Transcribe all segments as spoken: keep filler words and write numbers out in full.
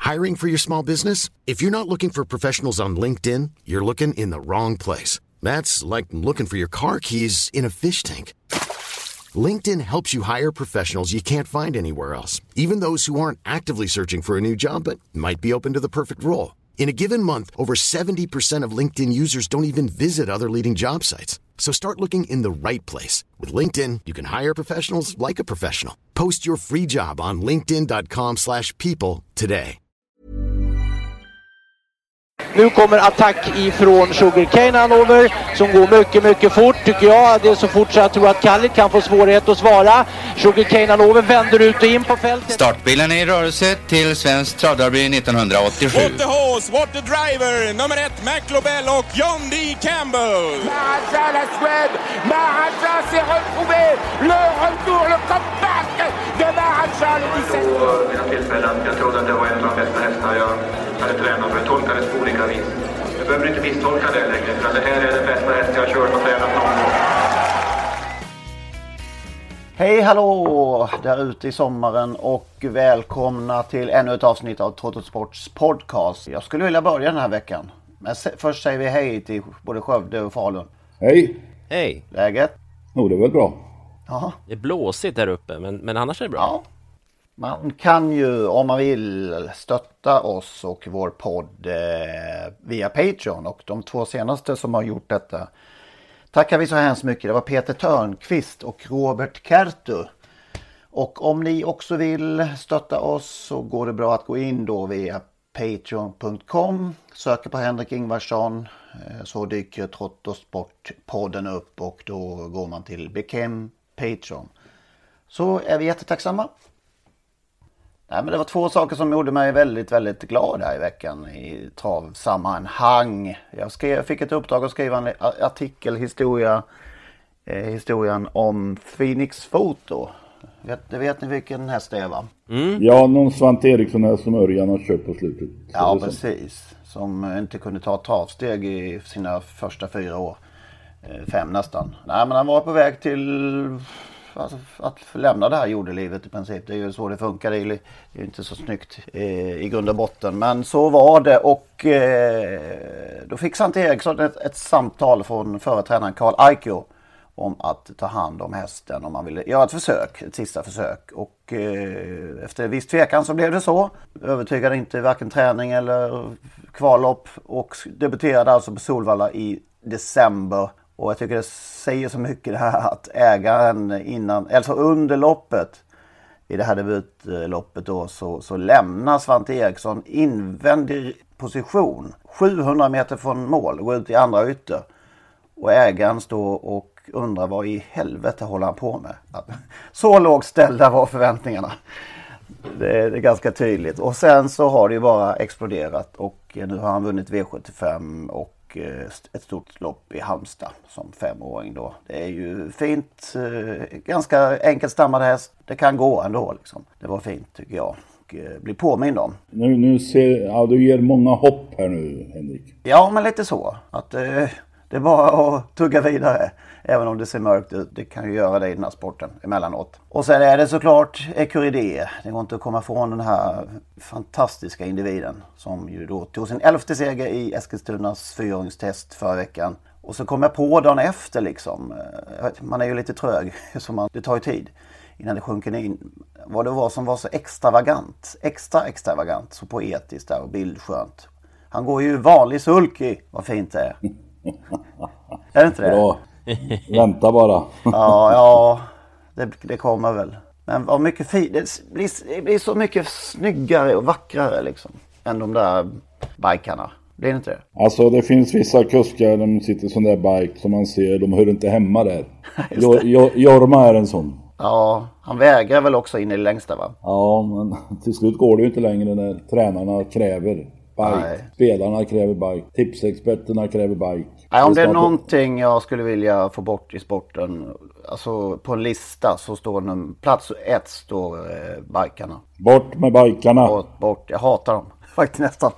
Hiring for your small business? If you're not looking for professionals on LinkedIn, you're looking in the wrong place. That's like looking for your car keys in a fish tank. LinkedIn helps you hire professionals you can't find anywhere else, even those who aren't actively searching for a new job but might be open to the perfect role. In a given month, over seventy percent of LinkedIn users don't even visit other leading job sites. So start looking in the right place. With LinkedIn, you can hire professionals like a professional. Post your free job on linkedin dot com slash people today. Nu kommer attack ifrån Sugarcane Hanover som går mycket, mycket fort tycker jag. Det är så fort så jag tror att Kallit kan få svårighet att svara. Sugarcane Hanover vänder ut och in på fältet. Startbilen är i rörelse till Svensk Travderby nittonhundraåttiosju. What the horse, what the driver, nummer ett McLobel och John D. Campbell. Maharaja la Suède, Maharaja s'est retrouvé, le retour, le comeback de Maharaja le dix-sept. Mina tillfällen, jag trodde att det var en av de bästa hästar jag hade tränat för, tolkades på olika vis. Jag behöver inte misstolka det längre, för det här är den bästa häst jag har kört och tränat någon gång. Hej hallå där ute i sommaren och välkomna till ännu ett avsnitt av Trottosports podcast. Jag skulle vilja börja den här veckan. Men först säger vi hej till både Skövde och Falun. Hej! Hej! Läget? Jo, det är väl bra. Jaha. Det är blåsigt där uppe, men, men annars är det bra. Ja. Man kan ju, om man vill, stötta oss och vår podd eh, via Patreon. Och de två senaste som har gjort detta tackar vi så hemskt mycket. Det var Peter Törnqvist och Robert Kertu. Och om ni också vill stötta oss så går det bra att gå in då via patreon punkt com. Söker på Henrik Ingvarsson eh, så dyker Trottosport-podden upp och då går man till Become Patreon. Så är vi jättetacksamma. Nej, men det var två saker som gjorde mig väldigt, väldigt glad här i veckan i travsammanhang. Jag skrev, fick ett uppdrag att skriva en artikel, historia, eh, historien om Phoenix Photo. Vet, vet ni vilken häst det är, va? Mm. Ja, någon Svante Eriksson här som Örjan har köpt på slutet. Ja, precis. Som inte kunde ta travsteg i sina första fyra år. Eh, fem nästan. Nej, men han var på väg till... Alltså, att lämna det här jordelivet i princip. Det är ju så det funkar. Det är ju inte så snyggt eh, i grund och botten. Men så var det. Och eh, då fick Svante Eriksson ett, ett samtal från företrädaren Carl Aikio om att ta hand om hästen. Om man ville göra ett försök. Ett sista försök. Och eh, efter viss tvekan så blev det så. Övertygade inte varken träning eller kvallopp. Och debuterade alltså på Solvalla i december. Och jag tycker det säger så mycket det här att ägaren innan, alltså under loppet, i det här debutloppet då, så, så lämnar Svante Eriksson invändig position, sjuhundra meter från mål, går ut i andra ytter. Och ägaren står och undrar vad i helvete håller han på med. Så lågt ställda var förväntningarna. Det är, det är ganska tydligt. Och sen så har det ju bara exploderat och nu har han vunnit V sjuttiofem och ett stort lopp i Halmstad som femåring då. Det är ju fint, ganska enkelt stammad häst. Det kan gå ändå liksom. Det var fint tycker jag. Och bli påmind om. Nu, nu ser, ja, du ger många hopp här nu, Henrik. Ja, men lite så. Att eh, det är bara att tugga vidare. Även om det ser mörkt ut. Det kan ju göra det i den här sporten emellanåt. Och sen är det såklart Ecuride. Det går inte att komma från den här fantastiska individen. Som ju då tog sin elfte seger i Eskilstunas fyraåringstest förra veckan. Och så kom jag på dagen efter liksom. Man är ju lite trög. Så man, det tar ju tid innan det sjunker in. Vad det var som var så extravagant. Extra extravagant. Så poetiskt där och bildskönt. Han går ju vanlig sulky. Vad fint det är. Är det inte det? Bra. Vänta bara. Ja, ja det, det kommer väl. Men vad mycket fint. Det blir, det blir så mycket snyggare och vackrare liksom. Än de där bikarna. Blir det inte det? Alltså det finns vissa kuskar, de sitter sån där bike som man ser, de hör inte hemma där. Jorma är en sån. Ja, han vägrar väl också in i det längsta, va? Ja, men till slut går det ju inte längre när tränarna kräver bike. Nej. Spelarna kräver bike. Tipsexperterna kräver bike. Nej, om det är någonting jag skulle vilja få bort i sporten, alltså på en lista så står det plats ett står eh, bikarna. Bort med bikarna. Bort, bort. Jag hatar dem faktiskt nästan.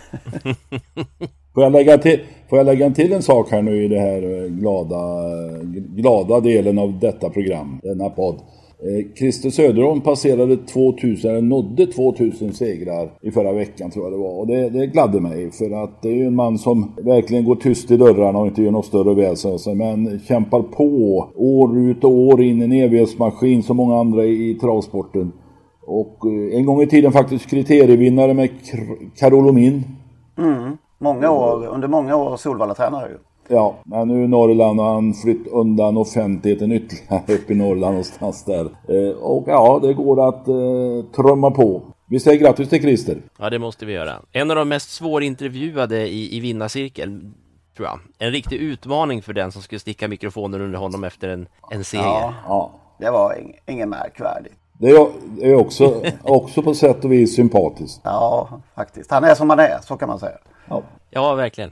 Får jag lägga till, får jag lägga till en sak här nu i det här glada, glada delen av detta program, denna podd. Eh, Christer Söderholm passerade tvåtusen, eller nådde tvåtusen segrar i förra veckan tror jag det var. Och det, det gladde mig för att det är ju en man som verkligen går tyst i dörrarna och inte gör något större väsen. Men kämpar på år ut och år in, en evighetsmaskin som många andra i, i travsporten. Och eh, en gång i tiden faktiskt kriterievinnare med Karolomin. Mm, många år, under många år Solvalla-tränare ju. Ja, men nu i Norrland har han flytt undan offentligheten ytterligare upp i Norrland någonstans där. Eh, och ja, det går att eh, trumma på. Vi säger grattis till Christer. Ja, det måste vi göra. En av de mest svårintervjuade i, i vinnarcirkeln, tror jag. En riktig utmaning för den som skulle sticka mikrofonen under honom efter en, en seger. Ja, ja, det var ing- ingen märkvärdigt. Det är, är också, också på sätt och vis sympatiskt. Ja, faktiskt. Han är som han är, så kan man säga. Ja, ja verkligen.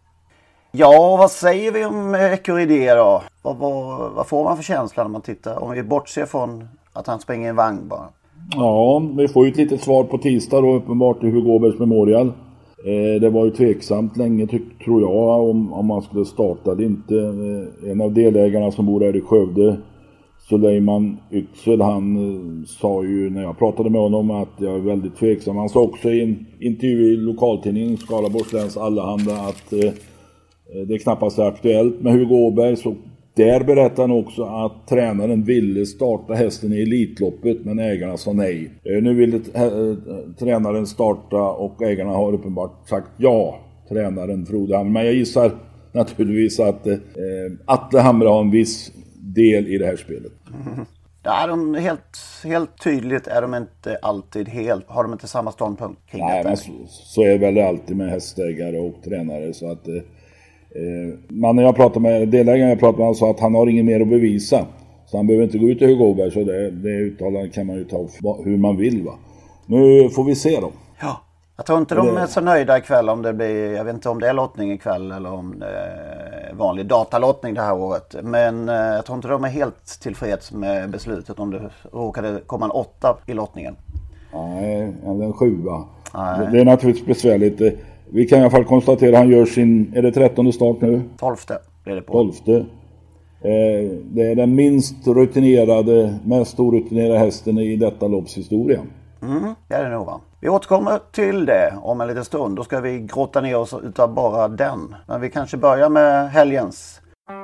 Ja, vad säger vi om Ecuride då? Vad, vad, vad får man för känsla när man tittar? Om vi bortser från att han springer i en vagn bara. Ja, vi får ju ett litet svar på tisdag då, uppenbart i Hugo Åbergs Memorial. Eh, det var ju tveksamt länge tyck, tror jag om, om man skulle starta det inte. Eh, en av delägarna som bor här i Skövde, Suleiman Yxel, han eh, sa ju när jag pratade med honom att jag är väldigt tveksam. Han sa också i en intervju i lokaltidningen Skaraborgs läns Allehanda att eh, det är knappast aktuellt med Hugo Åberg. Så där berättar han också att tränaren ville starta hästen i Elitloppet men ägarna sa nej. Eh, nu ville äh, tränaren starta och ägarna har uppenbart sagt ja. Tränaren Frode Hamre. Men jag gissar naturligtvis att eh, Atle Hamre har en viss del i det här spelet. Mm. Ja, de helt, helt tydligt är de inte alltid helt, har de inte samma ståndpunkt kring Nej, detta. men så, så är det väl alltid med hästägare och tränare så att eh, men när jag pratade med delägaren jag pratade med han sa att han har inget mer att bevisa. Så han behöver inte gå ut till Hugo Åberg så det, det uttalandet kan man ju ta hur man vill va. Nu får vi se då. Ja. Jag tror inte de är så nöjda ikväll om det blir, jag vet inte om det är lottning ikväll eller om det är vanlig datalottning det här året. Men eh, jag tror inte de är helt tillfreds med beslutet om det råkade komma en åtta i lottningen. Nej, eller en sjua. Nej. Det är naturligtvis besvärligt. Vi kan i alla fall konstatera att han gör sin, är det trettonde start nu? Tolfte blir det på. Tolfte. Eh, det är den minst rutinerade, mest orutinerade hästen i detta loppshistoria. Mm, det är det nog va. Vi återkommer till det om en liten stund. Då ska vi grotta ner oss utav bara den. Men vi kanske börjar med helgens.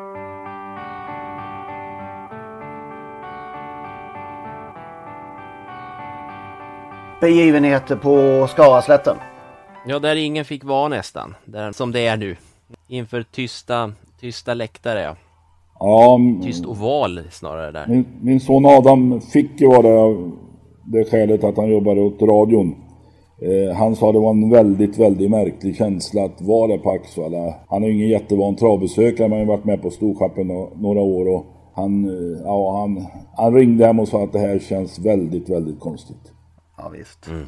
Begivenheter på Skaraslätten. Ja, där ingen fick vara nästan. Där, som det är nu. Inför tysta, tysta läktare, ja. Ja, tyst oval snarare där. Min, min son Adam fick ju vara det skälet att han jobbade åt radion. Eh, han sa det var en väldigt, väldigt märklig känsla att vara där på Axvalla. Han är ingen jättevan travbesökare men han har varit med på Storschappen några år och han, ja, han, han ringde hem och sa att det här känns väldigt, väldigt konstigt. Ja, visst. Mm.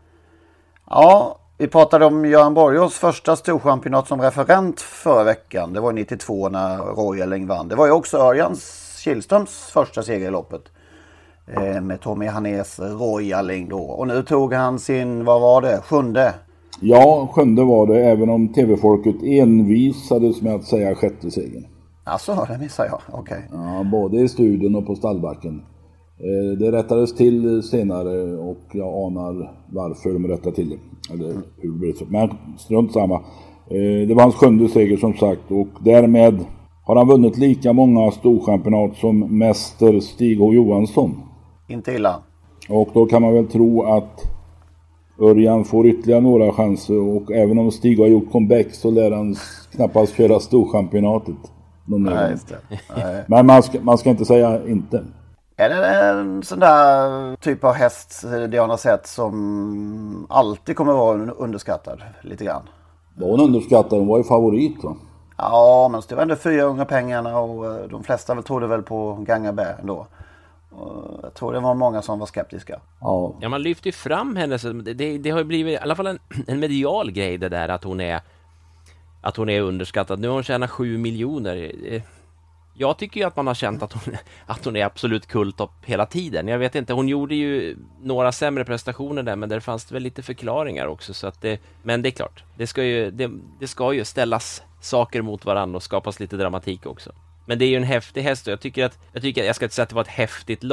Ja, vi pratade om Göran Borgås första storchampionat som referent förra veckan. Det var nittiotvå när Royaling vann. Det var ju också Örjans Kihlströms första seger i loppet. Eh, med Tommy Hannes Royaling då. Och nu tog han sin, vad var det, sjunde? Ja, sjunde var det, även om tv-folket envisades med att säga sjätte segern. Alltså, det missar jag, okej. Okay. Ja, både i studion och på stallbacken. Eh, det rättades till senare och jag anar varför de rättade till det. Eller hur det blev så. Men strunt samma. Eh, det var hans sjunde seger som sagt och därmed har han vunnit lika många storchampionat som mäster Stig H. Johansson. Inte illa. Och då kan man väl tro att Örjan får ytterligare några chanser och även om Stig har gjort comeback så lär han knappast köra storchampionatet. Nej, just det. Nej. Men man ska, man ska inte säga inte. Är det en sån där typ av häst det jag har sett som alltid kommer vara underskattad lite grann? Var hon underskattad? Hon var ju favorit va? Ja, men det var ändå fyra unga pengarna och de flesta väl trodde väl på Gangabä ändå. Och jag tror det var många som var skeptiska. Ja, ja man lyfter ju fram henne så det, det har ju blivit i alla fall en, en medial grej det där att hon är att hon är underskattad. Nu har hon tjänat sju miljoner. Jag tycker ju att man har känt att hon, att hon är absolut kultopp hela tiden. Jag vet inte, hon gjorde ju några sämre prestationer där men där fanns det väl lite förklaringar också så att det, men det är klart, det ska ju det, det ska ju ställas saker mot varandra och skapas lite dramatik också. Men det är ju en häftig häst och jag tycker att jag tycker jag ska inte säga att det var ett häftigt lopp,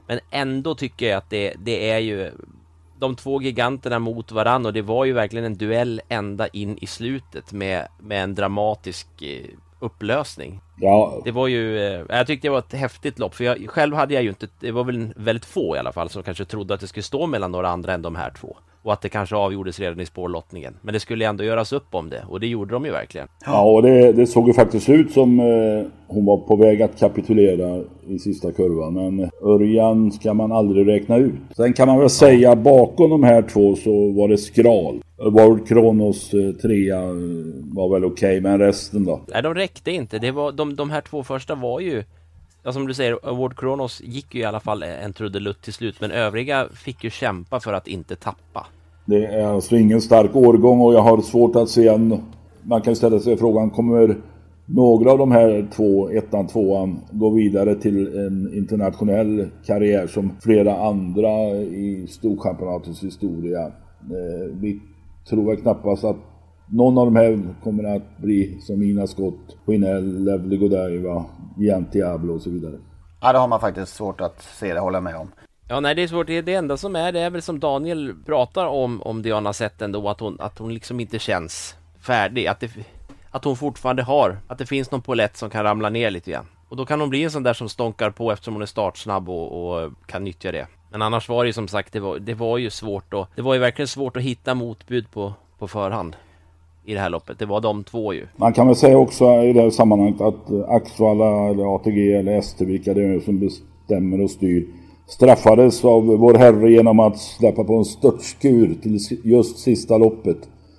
Men ändå tycker jag att det, det är ju de två giganterna mot varann, och det var ju verkligen en duell ända in i slutet med, med en dramatisk eh, upplösning. Ja. Det var ju, eh, jag tyckte det var ett häftigt lopp, för jag, själv hade jag ju inte, det var väl väldigt få i alla fall som kanske trodde att det skulle stå mellan några andra än de här två. Och att det kanske avgjordes redan i spårlottningen. Men det skulle ändå göras upp om det. Och det gjorde de ju verkligen. Ja, och det, det såg ju faktiskt ut som eh, hon var på väg att kapitulera i sista kurvan. Men Örjan ska man aldrig räkna ut. Sen kan man väl säga bakom de här två så var det skral. World Kronos eh, trea eh, var väl okej, okay, men resten då? Nej, de räckte inte. Det var, de, de här två första var ju... Ja, som du säger, World Kronos gick ju i alla fall en trudelutt till slut, men övriga fick ju kämpa för att inte tappa. Det är alltså ingen stark årgång, och jag har svårt att se en... Man kan ställa sig frågan, kommer några av de här två, ettan, tvåan, gå vidare till en internationell karriär som flera andra i storchampionatets historia? Vi tror väl knappast att någon av de här kommer att bli som Mina Scott, Winell, Levely Godiva, Giant Diablo och så vidare. Ja, det har man faktiskt svårt att se, det håller jag med om. Ja, nej, det är svårt. Det enda som är, det är väl som Daniel pratar om, om Diana sett ändå, att hon, att hon liksom inte känns färdig. Att, det, att hon fortfarande har, att det finns någon polett som kan ramla ner lite grann. Och då kan hon bli en sån där som stonkar på eftersom hon är startsnabb och, och kan nyttja det. Men annars var det ju som sagt, det var, det var ju svårt och, det var ju verkligen svårt att hitta motbud på, på förhand i det här loppet. Det var de två ju. Man kan väl säga också i det här sammanhanget att Axvalla eller A T G eller S T, vilka det är som bestämmer och styr, straffades av vår herre genom att släppa på en störtskur till just sista loppet.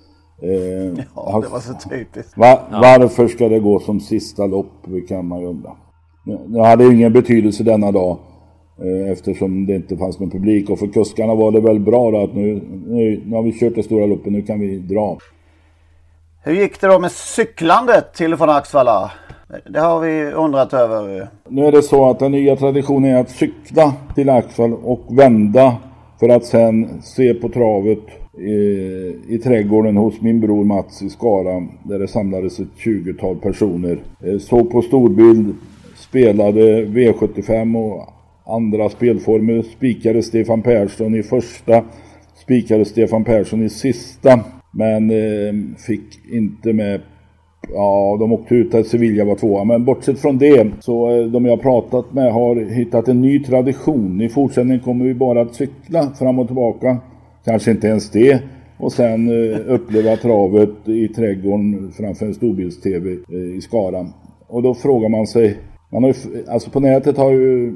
Eh, ja, det var så typiskt. Va- varför ska det gå som sista lopp, kan man ju undra. Det hade ingen betydelse denna dag eh, eftersom det inte fanns någon publik, och för kuskarna var det väl bra då att nu, nu, nu har vi kört det stora loppet, nu kan vi dra. Hur gick det då med cyklandet till och från Axvalla? Det har vi undrat över. Nu är det så att den nya traditionen är att cykla till Axvall och vända för att sen se på travet i, i trädgården hos min bror Mats i Skara, där det samlades ett tjugotal personer. Så på storbild spelade V sjuttiofem och andra spelformer, spikade Stefan Persson i första, spikade Stefan Persson i sista, men eh, fick inte med. Ja, de åkte ut att Sevilla var tvåa. Men bortsett från det så de jag pratat med har hittat en ny tradition. I fortsättningen kommer vi bara att cykla fram och tillbaka. Kanske inte ens det. Och sen eh, uppleva travet i trädgården framför en storbilds-tv eh, i Skara. Och då frågar man sig, man har ju, alltså på nätet har ju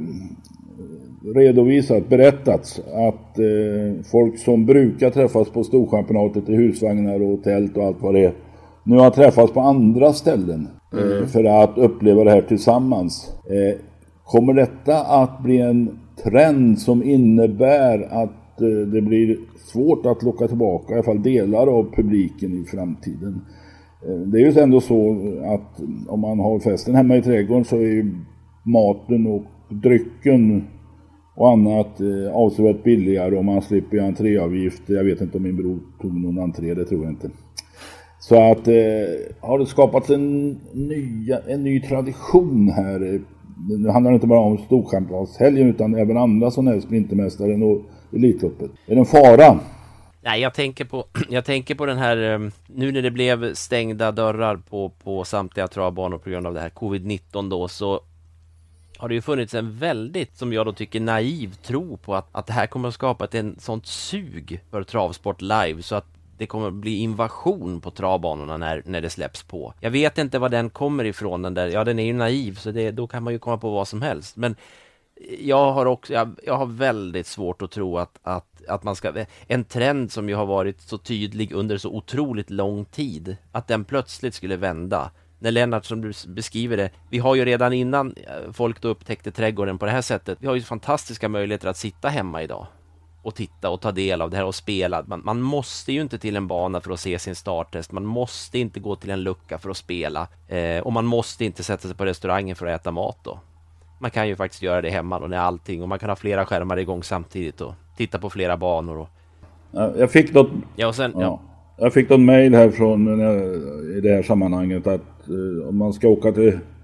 redovisat, berättats att eh, folk som brukar träffas på storchampionatet i husvagnar och tält och allt vad det är, nu har träffats på andra ställen mm. eh, för att uppleva det här tillsammans. Eh, kommer detta att bli en trend som innebär att eh, det blir svårt att locka tillbaka i alla fall delar av publiken i framtiden? Eh, det är ju ändå så att om man har festen hemma i trädgården så är ju maten och drycken och annat eh, avsevärt billigare, och man slipper ju entréavgifter. Jag vet inte om min bror tog någon entré, det tror jag inte. Så att eh, har det skapats en, nya, en ny tradition här. Det handlar inte bara om storchampionatshelgen utan även andra sådana här sprintermästaren och Elitloppet. Är det en fara? Nej, jag tänker på, jag tänker på den här, nu när det blev stängda dörrar på, på samtliga travbanor på grund av det här covid nitton då, så har det ju funnits en väldigt, som jag då tycker, naiv tro på att, att det här kommer att skapa ett en sånt sug för travsport live så att det kommer att bli invasion på travbanorna när, när det släpps på. Jag vet inte var den kommer ifrån, den där. Ja, den är ju naiv, så det, då kan man ju komma på vad som helst. Men jag har också, jag, jag har väldigt svårt att tro att, att, att man ska, en trend som ju har varit så tydlig under så otroligt lång tid, att den plötsligt skulle vända. När Lennart, som du beskriver det, vi har ju redan innan folk då upptäckte trädgården på det här sättet, vi har ju fantastiska möjligheter att sitta hemma idag och titta och ta del av det här och spela. Man, man måste ju inte till en bana för att se sin starttest. Man måste inte gå till en lucka för att spela. Eh, och man måste inte sätta sig på restaurangen för att äta mat då. Man kan ju faktiskt göra det hemma då, när allting. Och man kan ha flera skärmar igång samtidigt och titta på flera banor. Och... Jag fick något, ja, och sen, ja. Ja, jag fick någon mejl här från i det här sammanhanget att eh, om man ska åka till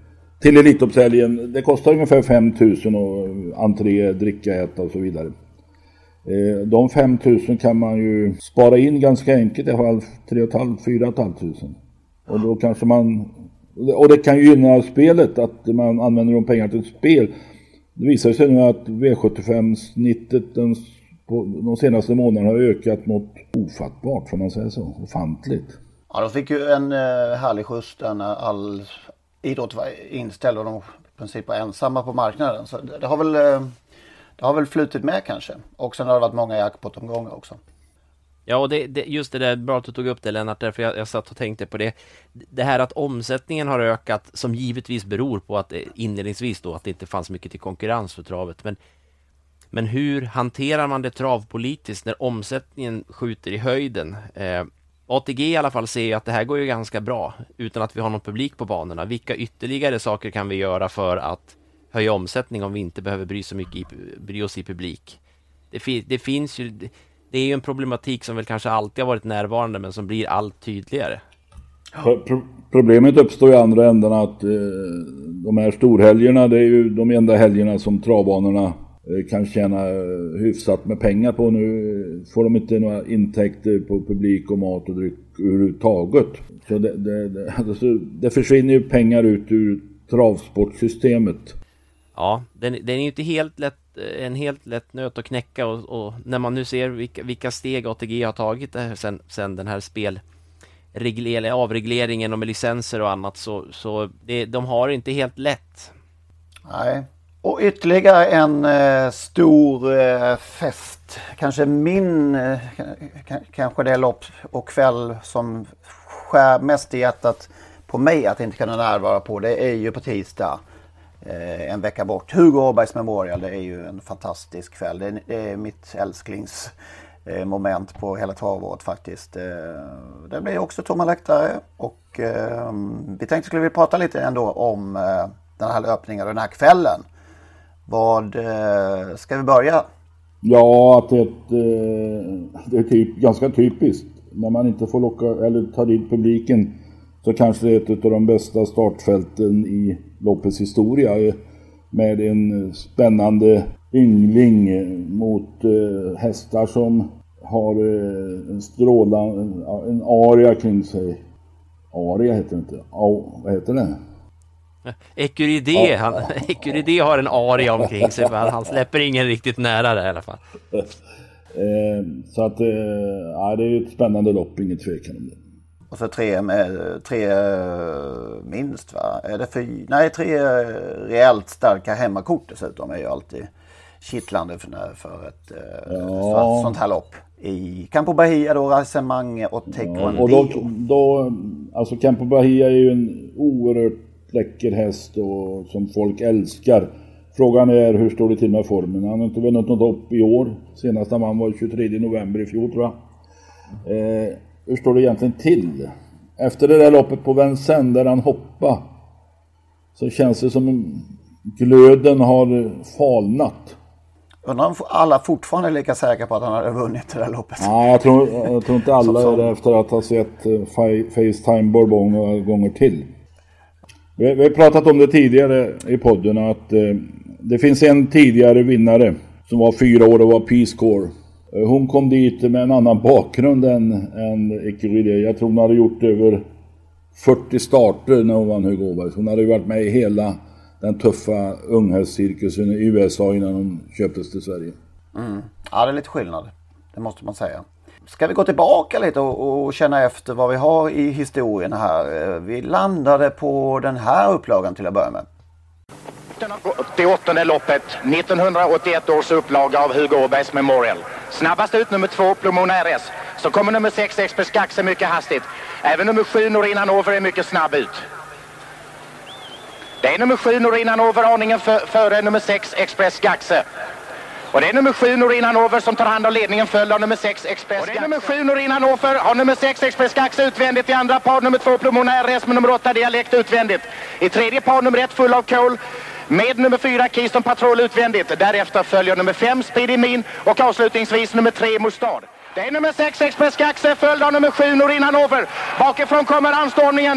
till Elitloppshelgen. Det kostar ungefär fem tusen och entré, dricka, äta och så vidare. Eh, de fem tusen kan man ju spara in ganska enkelt, i alla fall tre och ett halvt, fyra och ett halvt tusen. Och då kanske man, och det kan ju gynna spelet att man använder de pengarna till ett spel. Det visar sig nu att V sjuttiofem-snittet den, på de senaste månaderna har ökat något ofattbart, får man säga så, ofantligt. Ja, de fick ju en eh, härlig skjuts där när all idrott var inställd och de i princip var ensamma på marknaden. Så det, det har väl eh, det har väl flutit med kanske. Och sen har det varit många jackpot-omgångar också. Ja, och det, det, just det där, bra att du tog upp det, Lennart, därför jag, jag satt och tänkte på det. Det här att omsättningen har ökat, som givetvis beror på att inledningsvis då att det inte fanns mycket till konkurrens för travet. Men, men hur hanterar man det travpolitiskt när omsättningen skjuter i höjden? Eh, A T G i alla fall ser att det här går ju ganska bra utan att vi har någon publik på banorna. Vilka ytterligare saker kan vi göra för att höja omsättning om vi inte behöver bry, så mycket i, bry oss i publik? Det, fi, det finns ju... Det är ju en problematik som väl kanske alltid har varit närvarande men som blir allt tydligare. Pro- problemet uppstår i andra änden att eh, de här storhelgerna, det är ju de enda helgerna som travbanorna eh, kan tjäna eh, hyfsat med pengar på. Nu får de inte några intäkter på publik och mat och dryck överhuvudtaget. Så det, det, det, alltså, det försvinner ju pengar ut ur travsportsystemet. Ja, den, den är ju inte helt lätt, en helt lätt nöt att knäcka och, och när man nu ser vilka, vilka steg A T G har tagit sen, sen den här spelreglering, avregleringen och med licenser och annat, så, så det, de har inte helt lätt. Nej, och ytterligare en eh, stor eh, fest, kanske min, eh, k- kanske det lopp och kväll som skär mest i hjärtat på mig att inte kunna närvara på, det är ju på tisdag. En vecka bort. Hugo Åbergs Memorial, det är ju en fantastisk kväll. Det är, det är mitt älsklingsmoment på hela travåret faktiskt. Det blir också tomma läktare och eh, vi tänkte skulle vi prata lite ändå om eh, den här löpningen och den här kvällen. Vad eh, ska vi börja? Ja, att det är, ett, eh, det är typ, ganska typiskt. När man inte får locka eller ta dit publiken så kanske det är ett av de bästa startfälten i loppets historia med en spännande yngling mot eh, hästar som har eh, en strålande, en, en aria kring sig. Aria heter det inte. A, vad heter det? Ecuride, ja. han, Ecuride har en aria omkring sig, men han släpper ingen riktigt nära det i alla fall. eh, så att eh, ja, det är ett spännande lopp, inget tvekan om det. Och så tre med tre minst va? Är det fyra? Nej, tre rejält starka hemmakort dessutom är ju alltid kittlande för, för ett ja. för sånt här lopp. I Campo Bahia då, Racemange och Taekwondo. Ja, och då, då, alltså Campo Bahia är ju en oerhört läcker häst och, som folk älskar. Frågan är hur står det till med formen. Han har inte vunnit något lopp i år. Senast han vann var tjugotredje november i fjol tror jag. Eh, Hur står det egentligen till? Efter det där loppet på Vincennes där han hoppade så känns det som glöden har falnat. Undrar om alla fortfarande är lika säkra på att han hade vunnit det där loppet. Nej, jag tror, jag tror inte alla är det efter att ha sett FaceTime Bourbon några gånger till. Vi, vi har pratat om det tidigare i podden att eh, det finns en tidigare vinnare som var fyra år och var Peace Corps. Hon kom dit med en annan bakgrund än, än Ecuride. Jag tror hon hade gjort över fyrtio starter när hon vann Hugo Åbergs. Hon hade ju varit med i hela den tuffa unghästcirkusen i U S A innan hon köptes till Sverige. Mm. Ja, det är lite skillnad. Det måste man säga. Ska vi gå tillbaka lite och, och känna efter vad vi har i historien här. Vi landade på den här upplagan till att börja med. åttioåttonde loppet, nittonhundraåttioett års upplaga av Hugo Åbergs Memorial. Snabbast ut nummer två, Plumon R S. Så kommer nummer sex, Express Gaxe, mycket hastigt. Även nummer sju, Norin Hanover, är mycket snabb ut. Det är nummer sju, Norin Hanover, aningen för, före nummer sex, Express Gaxe. Och det är nummer sju, Norin Hanover, som tar hand om ledningen, följd av nummer sex, Express Gaxe. Och det är nummer sju, Norin Hanover, har nummer sex, Express Gaxe utvändigt i andra par. Nummer två, Plumon R S med nummer åtta, Dialekt utvändigt. I tredje par, nummer ett, Full of Coal. Med nummer fyra, Keystone Patrol utvändigt. Därefter följer nummer fem, Speedy Min. Och avslutningsvis nummer tre, Mustard. Det är nummer sex, Express Gaxe, följd av nummer sju, Norin Hanover. Bakifrån kommer anstormningen.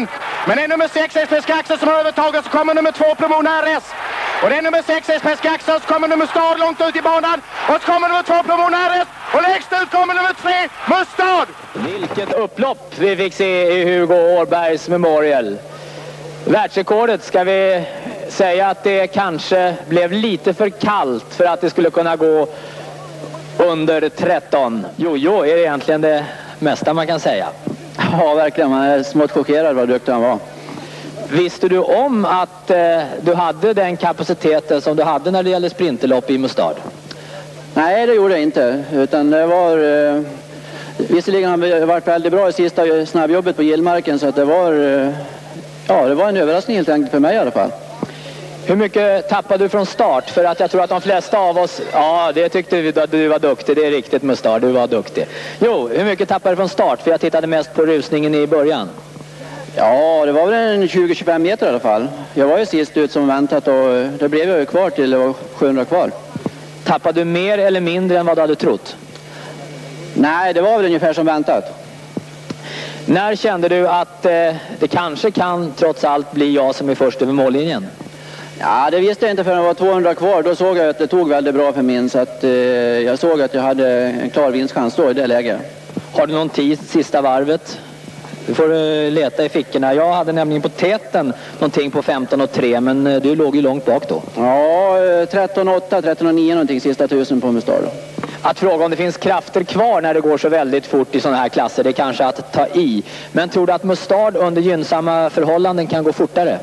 Men det är nummer sex Express Gaxe som har övertaget, så kommer nummer två Promona R S. Och det är nummer sex Express Gaxe, så kommer nummer Mustard långt ut i banan. Och så kommer nummer två Promona R S. Och längst ut kommer nummer tre Mustard. Vilket upplopp vi fick se i Hugo Åbergs Memorial. Världsrekordet, ska vi säga att det kanske blev lite för kallt för att det skulle kunna gå under tretton. Jo, jo, är det egentligen det mesta man kan säga. Ja, verkligen. Man är smått chockerad vad duktig han var. Visste du om att eh, du hade den kapaciteten som du hade när det gällde sprinterlopp i Mustard? Nej, det gjorde jag inte. Utan det var... Eh, visserligen har vi varit väldigt bra i sista snabbjobbet på Gillmarken, så att det var... Eh, ja, det var en överraskning helt enkelt för mig i alla fall. Hur mycket tappade du från start? För att jag tror att de flesta av oss... Ja, det tyckte vi att du var duktig. Det är riktigt, Mustard. Du var duktig. Jo, hur mycket tappade du från start? För jag tittade mest på rusningen i början. Ja, det var väl en tjugo till tjugofem meter i alla fall. Jag var ju sist ut som väntat och det blev jag ju kvar till det var sjuhundra kvar. Tappade du mer eller mindre än vad du hade trott? Nej, det var väl ungefär som väntat. När kände du att eh, det kanske kan trots allt bli jag som är först över mållinjen? Ja, det visste jag inte förrän det var tvåhundra kvar. Då såg jag att det tog väldigt bra för min, så att eh, jag såg att jag hade en klar vinstchans då i det läget. Har du någon tid sista varvet? Du får uh, leta i fickorna. Jag hade nämligen på täten någonting på femton och tre, men uh, du låg ju långt bak då. Ja, tretton åtta, tretton nio någonting sista tusen på Mustard då. Att fråga om det finns krafter kvar när det går så väldigt fort i sådana här klasser, det är kanske att ta i. Men tror du att Mustard under gynnsamma förhållanden kan gå fortare?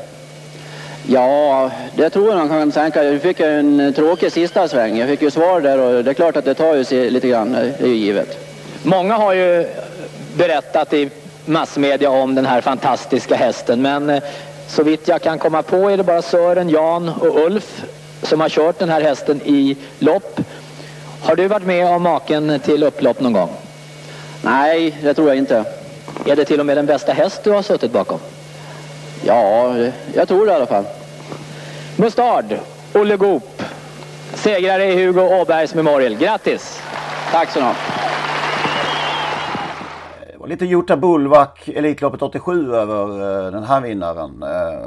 Ja, det tror jag man kan tänka. Jag fick en tråkig sista sväng. Jag fick ju svar där och det är klart att det tar ju sig lite grann, det är ju givet. Många har ju berättat i massmedia om den här fantastiska hästen, men så vitt jag kan komma på är det bara Sören, Jan och Ulf som har kört den här hästen i lopp. Har du varit med om maken till upplopp någon gång? Nej, det tror jag inte. Är det till och med den bästa häst du har suttit bakom? Ja, jag tror det i alla fall. Mustard, Olle Goop, segrare i Hugo Åbergs Memorial. Grattis! Tack så mycket. Det var lite Jutta Bullvack Elitloppet åttiosju över den här vinnaren.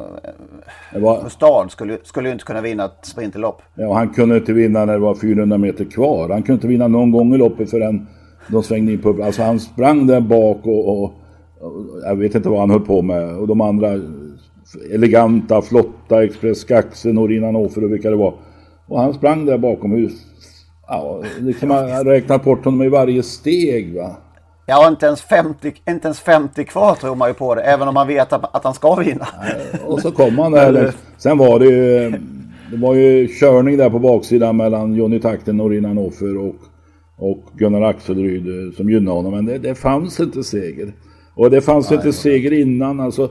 Var... Mustard skulle, skulle ju inte kunna vinna ett sprinterlopp. Ja, han kunde inte vinna när det var fyrahundra meter kvar. Han kunde inte vinna någon gång i loppet förrän de svängde in på... Alltså han sprang där bak och, och, och jag vet inte vad han höll på med. Och de andra eleganta, flotta, Express Gaxe, Norin Hannover och vilka det var. Och han sprang där bakom hus. Ja, det kan man räkna bort honom i varje steg, va? Ja, inte ens femtio, inte ens femtio kvar tror man ju på det, även om man vet att, att han ska vinna. Och så kom han där. Sen var det ju, det var ju körning där på baksidan mellan Johnny Takten, Norin Hannover och, och Gunnar Axelryd som gynnade honom. Men det, det fanns inte seger. Och det fanns Nej, inte seger innan. Alltså,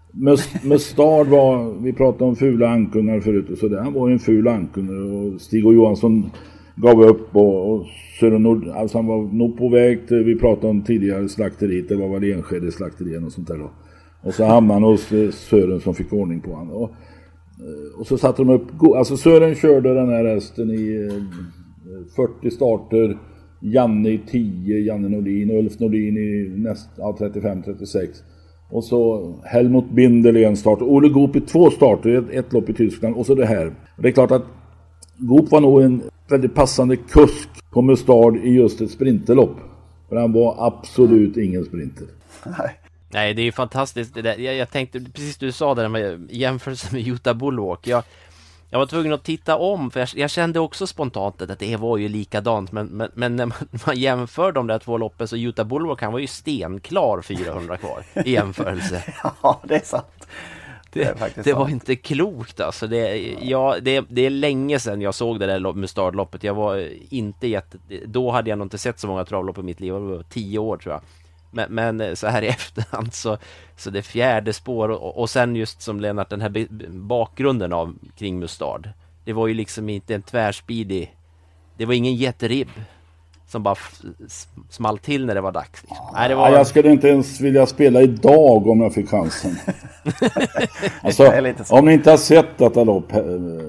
Mustard var, vi pratade om fula ankungar förut och så där. Han var ju en ful ankungar och Stig och Johansson gav upp och, och Sören Nord, alltså han var nog på väg till, vi pratade om tidigare slakteriet, det var väl Enskede slakterien och sånt där då. Och så hamnade han hos Sören som fick ordning på han. Och, och så satte de upp, alltså Sören körde den här hästen i fyrtio starter, Janne i tio, Janne Nordin, Ulf Nordin i näst, ja, trettiofem trettiosex. Och så Helmut Bindel i en start, Olle Goop i två starter, ett, ett lopp i Tyskland och så det här. Det är klart att Goop var nog en väldigt passande kusk på Mustard i just ett sprinterlopp. För han var absolut ingen sprinter. Nej. Nej, det är ju fantastiskt. Det där. Jag, jag tänkte, precis du sa det där med jämförelse med Jutta Bullvack. Jag, jag var tvungen att titta om, för jag, jag kände också spontant att det var ju likadant. Men, men, men när man, man jämför de där två loppen så Jutta Bullvack, han var ju stenklar fyrahundra kvar i jämförelse. Ja, det är sant. Det, det, det var inte klokt alltså. Det, ja, det, det är länge sedan jag såg det där Mustard-loppet. Jag var inte jätte... Då hade jag nog inte sett så många travlopp i mitt liv. Det var tio år tror jag. Men, men så här i efterhand så, så det fjärde spår och, och sen just som Lennart, den här bakgrunden av kring Mustard. Det var ju liksom inte en tvärspidig... Det var ingen jätteribb som bara small till när det var dags. Liksom. Nej, det var... Ja, jag skulle inte ens vilja spela idag om jag fick chansen. Alltså, om ni inte har sett detta lopp, ni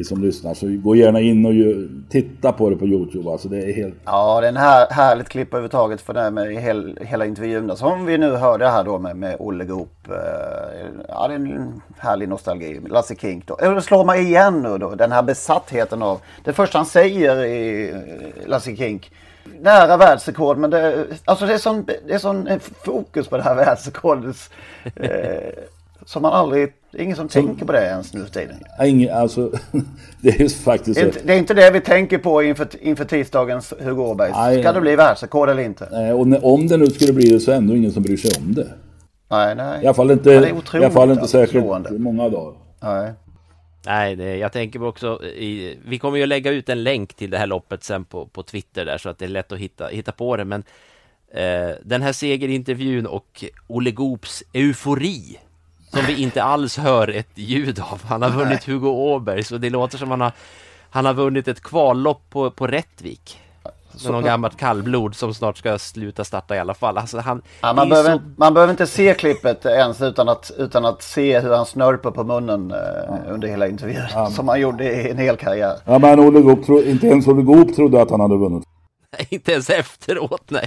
ni som lyssnar. Så gå gärna in och ju, titta på det på YouTube. Alltså det är helt... Ja, det är en här, härligt klipp överhuvudtaget för det med hel, hela intervjun. Som vi nu hörde här då med, med Olle Goop. Ja, det är en härlig nostalgi. Lasse Kink då. Det slår mig igen nu då. Den här besattheten av... Det första han säger i Lasse Kink. Nära världsrekord, men det, alltså det är sån, det är sån fokus på det här världsrekordet eh, som man aldrig, det är ingen som, som tänker på det ens nu för tiden. Ingen, alltså, det är ju faktiskt det är, inte, det är inte det vi tänker på inför, inför tisdagens Hugo Åberg. Ska det bli världsrekord eller inte? Nej, och när, om det nu skulle bli det så är ändå ingen som bryr sig om det. Nej, nej. I alla fall inte, ja, i alla fall inte särskilt många dagar. Nej. Nej, det, jag tänker också i, vi kommer ju lägga ut en länk till det här loppet sen på, på Twitter där så att det är lätt att hitta, hitta på det, men eh, den här segerintervjun och Olle Goops eufori som vi inte alls hör ett ljud av. Han har vunnit Hugo Åberg, så det låter som han har, han har vunnit ett kvallopp på, på Rättvik. Med någon gammalt kallblod som snart ska sluta starta i alla fall. Alltså han, ja, man, behöver, så... man behöver inte se klippet ens utan att, utan att se hur han snörper på munnen eh, ja. under hela intervjun. Ja. Som han gjorde i en hel karriär. Ja, men Olle Goop tro, inte ens Olle Goop trodde att han hade vunnit. Inte ens efteråt, nej.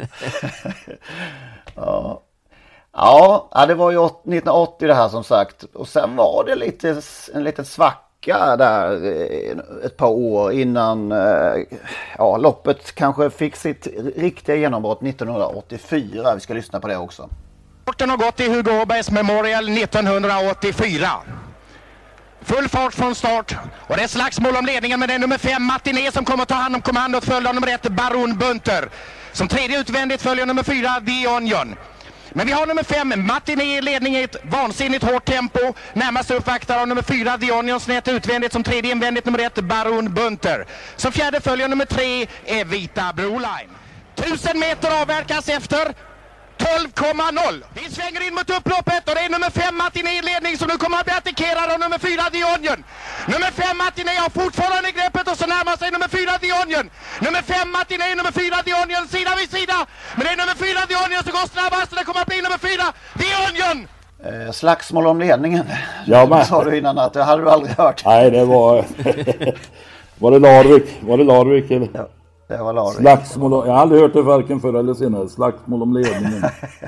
ja. ja, det var ju nittonhundraåttio det här som sagt. Och sen var det lite, en liten svacka där ett par år innan ja, loppet kanske fick sitt riktiga genombrott nittonhundraåttiofyra. Vi ska lyssna på det också. Sporten har gått i Hugo Åbergs Memorial nittonhundraåttiofyra. Full fart från start och det är slagsmål om ledningen med den nummer fem Martinet som kommer att ta hand om kommandot, följd av nummer ett Baron Bunter. Som tredje utvändigt följer nummer fyra The Onion. Men vi har nummer fem, Martinet i ledning i ett vansinnigt hårt tempo. Närmast uppvaktad av nummer fyra, The Onion, snett utvändigt. Som tredje invändigt nummer ett, Baron Bunter. Som fjärde följer nummer tre, Evita Broline. Tusen meter avverkas efter tolv komma noll. Vi svänger in mot upploppet och det är nummer fem Martinet i ledning som nu kommer att bli attackerad av nummer fyra The Onion. Nummer fem Martinet har fortfarande greppet och så närmar sig nummer fyra The Onion. Nummer fem Martinet, nummer fyra The Onion, sida vid sida. Men det är nummer fyra The Onion som går snabbast och det kommer att bli nummer fyra The Onion. Eh, slagsmål om ledningen. Ja, men... sa du innan att det hade du aldrig hört. Nej, det var... var det Larvik? Var det Larvik eller? Ja. Det var Larvik. Slagsmål, jag har aldrig hört det varken förr eller senare. Slagsmål om ledningen.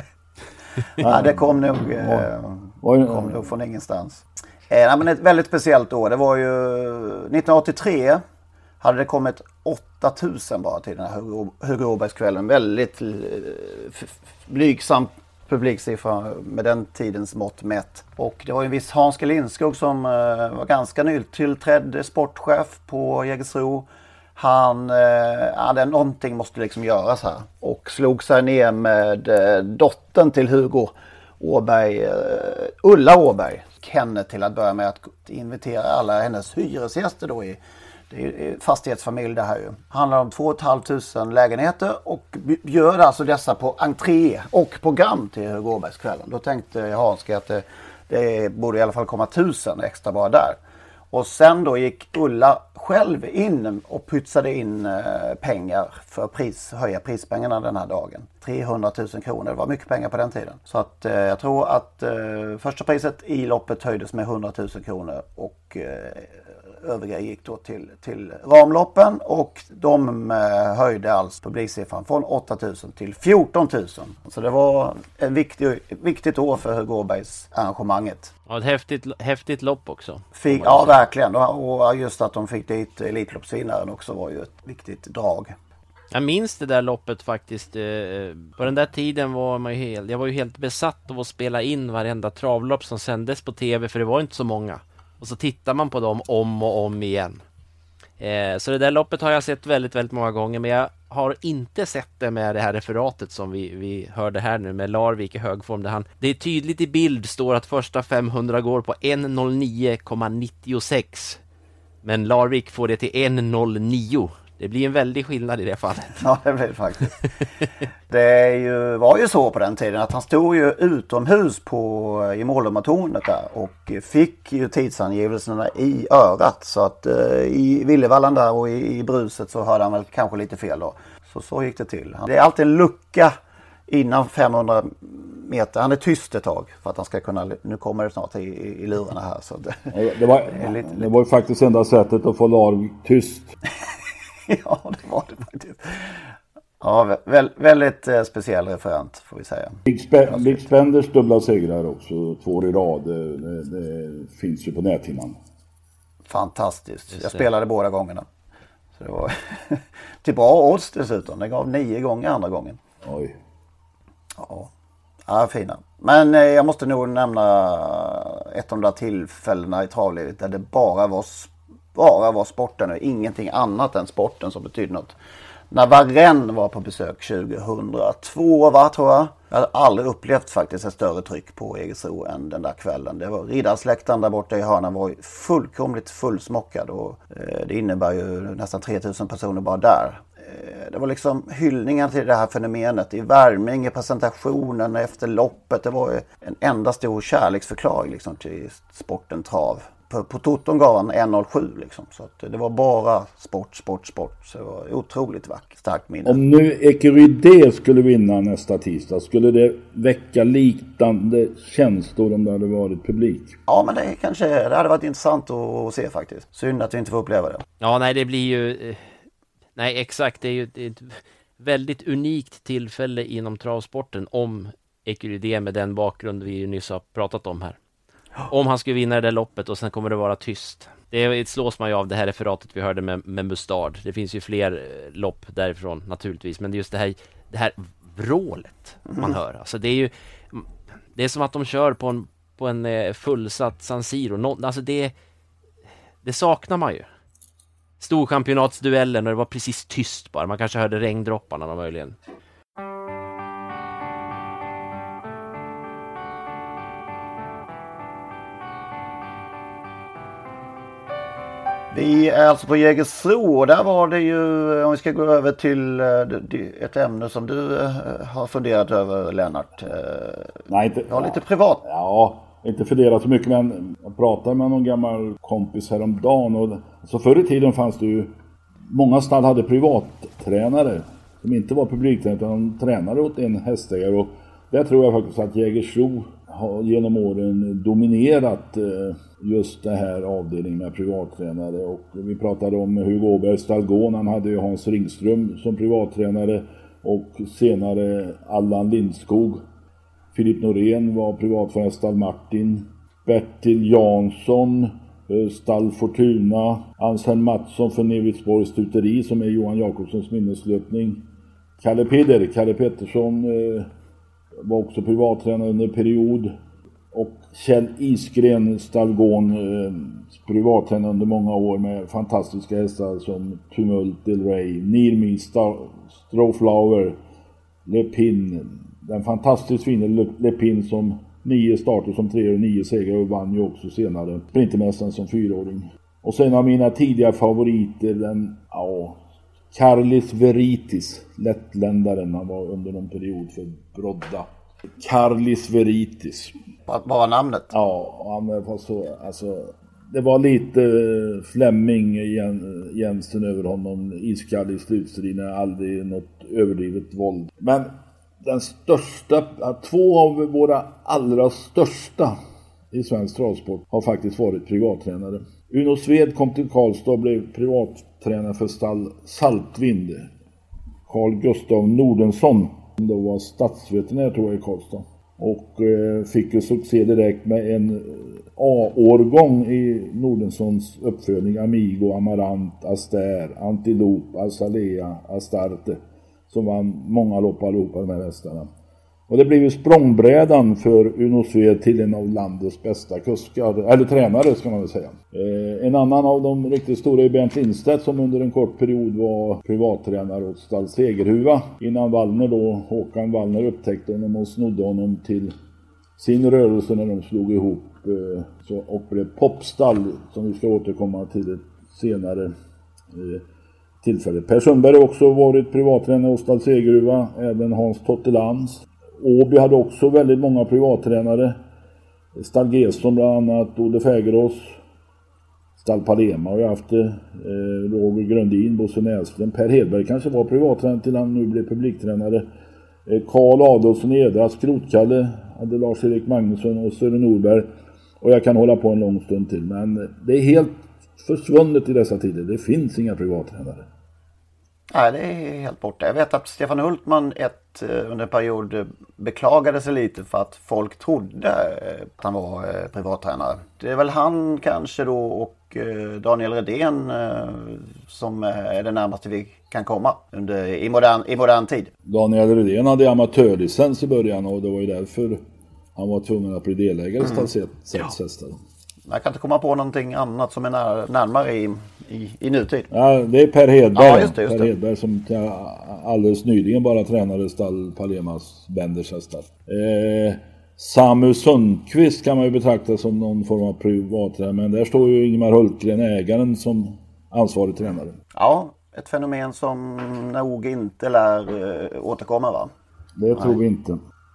ja, det kom nog, eh, kom nog från ingenstans. Eh, men ett väldigt speciellt år. Det var ju nittonhundraåttiotre hade det kommit åtta tusen bara till den här Hugo, Hugo Åbergskvällen. Väldigt eh, blygsam publiksiffra med den tidens mått mätt. Och det var ju en viss Hans G. Lindskog som eh, var ganska nytillträdd sportchef på Jägersro. Han eh, hade någonting måste liksom göras här och slog sig ner med eh, dottern till Hugo Åberg, eh, Ulla Åberg, Kenneth, till att börja med att invitera alla hennes hyresgäster då i, det är fastighetsfamilj det här ju. Handlar om två tusen femhundra lägenheter och bjöd alltså dessa på entré och program till Hugo Åbergskvällen. Då tänkte Hanske att det, det borde i alla fall komma tusen extra bara där. Och sen då gick Ulla själv in och pytsade in eh, pengar för pris, höja prispengarna den här dagen. trehundratusen kronor, det var mycket pengar på den tiden. Så att eh, jag tror att eh, första priset i loppet höjdes med hundratusen kronor och eh, övriga gick då till, till ramloppen och de eh, höjde alltså publiksiffran från åtta tusen till fjorton tusen. Så det var ett viktig, viktigt år för Hugo Åbergs arrangemanget. Ja, ett häftigt, häftigt lopp också. Fick, ja, verkligen. Och just att de fick dit Elitloppsvinnaren också var ju ett viktigt drag. Jag minns det där loppet faktiskt. På den där tiden var man ju helt, jag var ju helt besatt av att spela in varenda travlopp som sändes på tv, för det var inte så många. Och så tittar man på dem om och om igen. Eh, så det där loppet har jag sett väldigt, väldigt många gånger. Men jag har inte sett det med det här referatet som vi, vi hörde här nu med Larvik i högform. Där han, det är tydligt i bild står att första femhundra går på ett noll nio komma nittiosex. Men Larvik får det till ett noll nio. Det blir en väldig skillnad i det fallet. Ja, det blir det faktiskt. Det är ju, var ju så på den tiden att han stod ju utomhus på, i måldomartornet där och fick ju tidsangivelserna i örat. Så att eh, i Villevallan där och i, i bruset så hörde han väl kanske lite fel då. Så så gick det till. Det är alltid en lucka innan femhundra meter. Han är tyst ett tag för att han ska kunna, nu kommer det snart i, i, i lurarna här. Så det, ja, det, var, det, lite, det var ju faktiskt enda sättet att få Larv tyst. Ja, det var det faktiskt. Ja, vä- väldigt eh, speciell referent får vi säga. Big, Spe- Big Spenders dubbla segrar också, två år i rad. Det, det, det finns ju på näthinnan. Fantastiskt. Jag spelade båda gångerna. Så det var till bra odds dessutom. Det gav nio gånger andra gången. Oj. Ja, ja fina. Men eh, jag måste nog nämna ett av de där tillfällena i travlivet där det bara var, bara var sporten och ingenting annat än sporten som betyder något. När Varenne var på besök tjugohundratvå, va, tror jag. Jag hade aldrig upplevt faktiskt ett större tryck på Jägersro än den där kvällen. Det var riddarsläktaren där borta i hörnan var fullkomligt fullsmockad och eh, det innebär ju nästan tre tusen personer bara där. Eh, det var liksom hyllningen till det här fenomenet i värmning, i presentationen efter loppet. Det var en enda stor kärleksförklaring liksom till sporten trav. På, på Toton gav han ett noll sju liksom. Så att det var bara sport, sport, sport. Så det var otroligt vackert, starkt minne. Om nu Ecurydé skulle vinna nästa tisdag, skulle det väcka liknande känslor om det hade varit publik? Ja, men det kanske det hade varit intressant att se faktiskt. Synd att vi inte får uppleva det. Ja, nej, det blir ju... Nej, exakt. Det är ju ett väldigt unikt tillfälle inom travsporten om Ecurydé med den bakgrund vi ju nyss har pratat om här. Om han skulle vinna det där loppet och sen kommer det vara tyst. Det slås man ju av det här referatet vi hörde med, med Mustard. Det finns ju fler lopp därifrån naturligtvis. Men det är just det här, det här vrålet man hör. Alltså det är ju det är som att de kör på en, på en fullsatt San Siro. Nå, alltså det, det saknar man ju. Storchampionatsduellen och det var precis tyst bara. Man kanske hörde regndropparna möjligen. Vi är alltså på Jägersro och där var det ju, om vi ska gå över till ett ämne som du har funderat över, Lennart. Nej, inte. Ja, lite privat. Ja, inte funderat så mycket, men jag pratade med någon gammal kompis häromdagen och så förr i tiden fanns det ju, många stall hade privattränare som inte var publiktränare utan tränare åt en hästägare och där tror jag faktiskt att Jägersro har genom åren dominerat just det här avdelningen med privattränare och vi pratade om Hugo Åbergs Stalgon, han hade ju Hans Ringström som privattränare och senare Allan Lindskog. Filip Norén var privattränare Stall Martin, Bertil Jansson, Stall Fortuna, Anselm Mattsson för Nevidsborgs Stuteri som är Johan Jakobssons minneslöpning. Kalle Peder, Kalle Pettersson var också privattränare under en period. Och Kjell Isgren Stalgon eh, privattränare under många år med fantastiska hästar som Tumult, Del Rey, Nirmi, Strawflower, Lepin. Den fantastiskt fina Lepin som nio starter som tre och nio segrar och vann ju också senare Sprintermästaren som fyraåring. Och sen av mina tidiga favoriter den, ja, Karlis Veritis, lättländaren, han var under någon period för Brodda. Karlis Veritis. Vad var namnet? Ja, han var så, alltså, det var lite Fleming Jensen över honom, iskall i slutstriden, aldrig något överdrivet våld. Men den största, två av våra allra största i svensk travsport har faktiskt varit privattränare. Uno Sved kom till Karlstad och blev privattränare för stall Saltvind. Carl Gustav Nordensson, som då var stadsveterinär tror jag i Karlstad. Och eh, fick ju succé direkt med en A-årgång i Nordenssons uppfödning. Amigo, Amarant, Aster, Antilope, Azalea, Astarte. Som vann många lopp allihopa de här hästarna. Och det blev ju språngbrädan för Uno Sved till en av landets bästa kuskar, eller tränare ska man väl säga. Eh, en annan av de riktigt stora är Bernt Lindstedt som under en kort period var privattränare åt stall Segerhuva. Innan Wallner då, Håkan Wallner upptäckte honom och snodde honom till sin rörelse när de slog ihop eh, så, och blev Popstall som vi ska återkomma till ett senare eh, tillfälle. Per Sundberg har också varit privattränare hos stall Segerhuva, även Hans Tottelands. Åby hade också väldigt många privattränare. Stall Gesson bland annat, Olle Fägerås. Stall Palema har ju haft det. Eh, Roger Grundin, Bosse Näslund. Per Hedberg kanske var privattränare till han nu blev publiktränare. Karl Adolfsson Edra, Skrotkalle, hade Lars-Erik Magnusson och Sören Norberg. Och jag kan hålla på en lång stund till. Men det är helt försvunnet i dessa tider. Det finns inga privattränare. Nej, det är helt borta. Jag vet att Stefan Hultman ett, under en period beklagade sig lite för att folk trodde att han var privattränare. Det är väl han kanske då och Daniel Redén som är det närmaste vi kan komma under, i, modern, i modern tid. Daniel Redén hade amatörlicens i början och det var ju därför han var tvungen att bli delägare i Stallsetshästar. Jag kan inte komma på någonting annat som är när, närmare i, i, i nutid. Ja, det är Per Hedberg. Ja, just det, just Per det. Hedberg som alldeles nyligen bara tränade Stall Palemas Benders hästar. Eh, Samu Sundqvist kan man ju betrakta som någon form av privattränare. Men där står ju Ingemar Hultgren, ägaren, som ansvarig tränare. Ja, ett fenomen som nog inte lär äh, återkomma, va? Det Nej. tror vi inte.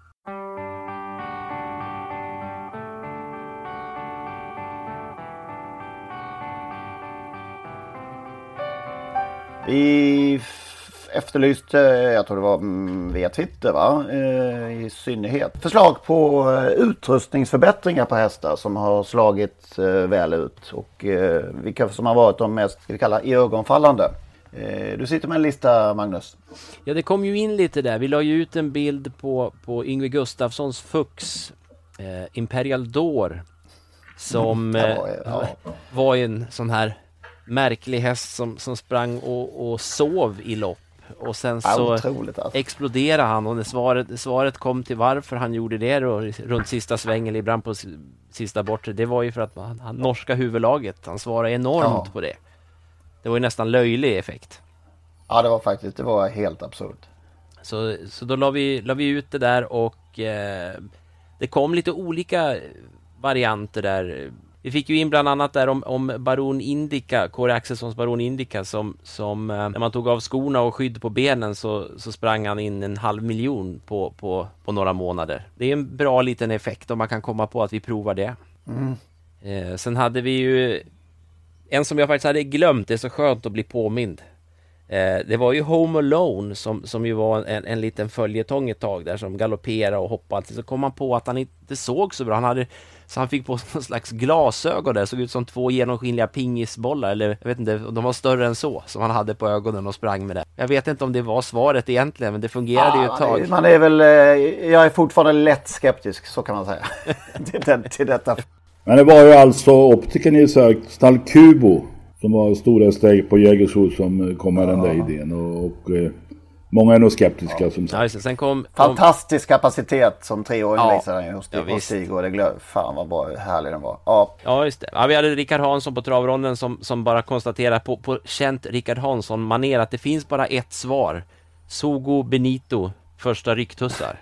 Vi efterlyste, jag tror det var via Twitter, va? Eh, i synnerhet, förslag på utrustningsförbättringar på hästar som har slagit eh, väl ut och eh, vilka som har varit de mest, ska vi kalla, iögonfallande. Eh, du sitter med en lista, Magnus. Ja, det kom ju in lite där. Vi la ju ut en bild på, på Yngve Gustafssons Fux eh, Imperial Door som eh, ja, ja. var en sån här märklig häst som, som sprang och, och sov i lopp. Och sen så alltså. exploderade han och när svaret, svaret kom till varför han gjorde det då, runt sista svängen, ibland på sista bortre, det var ju för att han, han norska huvudlaget, han svarade enormt ja. på det. Det var ju nästan löjlig effekt. Ja, det var faktiskt, det var helt absurt. Så, så då la vi, la vi ut det där och eh, det kom lite olika varianter där. Vi fick ju in bland annat där om, om Baron Indica, Kåre Axelssons Baron Indica som, som eh, när man tog av skorna och skydd på benen så, så sprang han in en halv miljon på, på, på några månader. Det är en bra liten effekt om man kan komma på att vi provar det. Mm. Eh, sen hade vi ju en som jag faktiskt hade glömt, det är så skönt att bli påmind. Eh, det var ju Home Alone som, som ju var en, en liten följetong ett tag där som galopperade och hoppade. Så kom man på att han inte såg så bra. Han hade, så han fick på någon slags glasögon där. Såg ut som två genomskinliga pingisbollar. Eller jag vet inte, de var större än så som han hade på ögonen och sprang med det. Jag vet inte om det var svaret egentligen, men det fungerade ja, ju ett tag. Man är, man är väl, jag är fortfarande lätt skeptisk, så kan man säga. till, den, till detta. Men det var ju alltså optiken i Stall Kubo som var stora steg på Jägersro som kom med ja. den där idén. Och, och eh, många är nog skeptiska ja. som sagt. Ja, sen kom, fantastisk kom... kapacitet som treåring ja. visade han just det ja, på Stig och det glöm. Fan vad bra, härlig den var. Ja, ja just det. Ja, vi hade Rickard Hansson på travronden som, som bara konstaterar på, på känt Rickard Hansson-manér att det finns bara ett svar. Sogo Benito, första rycktussar.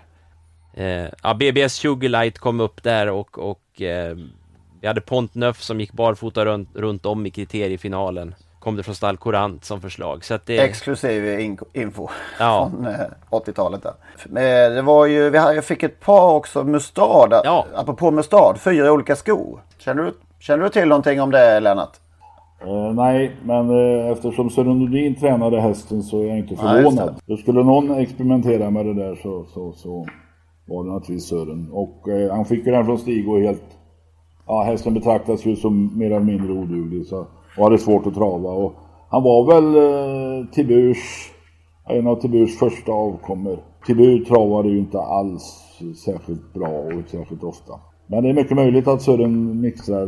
Eh, ja, B B S Sugarlight kom upp där och, och eh, vi hade Pontneuf som gick barfota runt, runt om i kriteriefinalen. Kom det från Stall Courant som förslag. Så att det... Exklusiv info ja. från eh, åttiotalet där. Men det var ju, vi hade, jag fick ett par också Mustard. Ja. Apropå Mustard, fyra olika skor. Känner du, känner du till någonting om det, Lennart? Uh, nej, men uh, eftersom Sören Nordin tränade hästen så är jag inte förvånad. Då skulle någon experimentera med det där så, så, så var det naturligtvis Sören. Och uh, han fick ju den från Stig och helt... Ja, hästen betraktas ju som mer eller mindre oduglig så var det svårt att trava. Och han var väl uh, Tiburs, en av Tiburs första avkommor. Tibur travade ju inte alls särskilt bra och särskilt ofta. Men det är mycket möjligt att Sören mixar...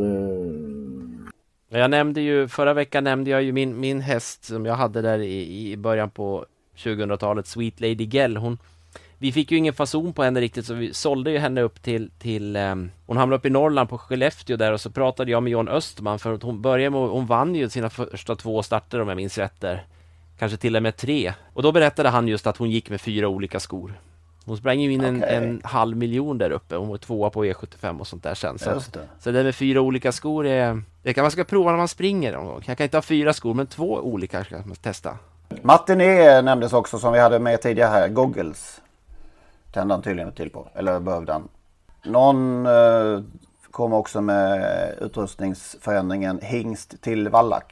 Uh, Jag nämnde ju, förra veckan nämnde jag ju min, min häst som jag hade där i, i början på tjugohundratalet, Sweet Lady Gell. Hon, vi fick ju ingen fason på henne riktigt så vi sålde ju henne upp till, till um, hon hamnade upp i Norrland på Skellefteå där och så pratade jag med John Östman för att hon började med, hon vann ju sina första två starter om jag minns rätt där. Kanske till och med tre. Och då berättade han just att hon gick med fyra olika skor. Hon sprang ju in en, okay. en halv miljon där uppe. Hon var tvåa på E sjuttiofem och sånt där sen. Så, Just det. så det med fyra olika skor är... Det kan man ska prova när man springer. Jag kan inte ha fyra skor, men två olika ska man testa. Matiné nämndes också som vi hade med tidigare här. Goggles. Tände han tydligen till på. Eller behövde han. Någon eh, kom också med utrustningsförändringen hingst till vallack.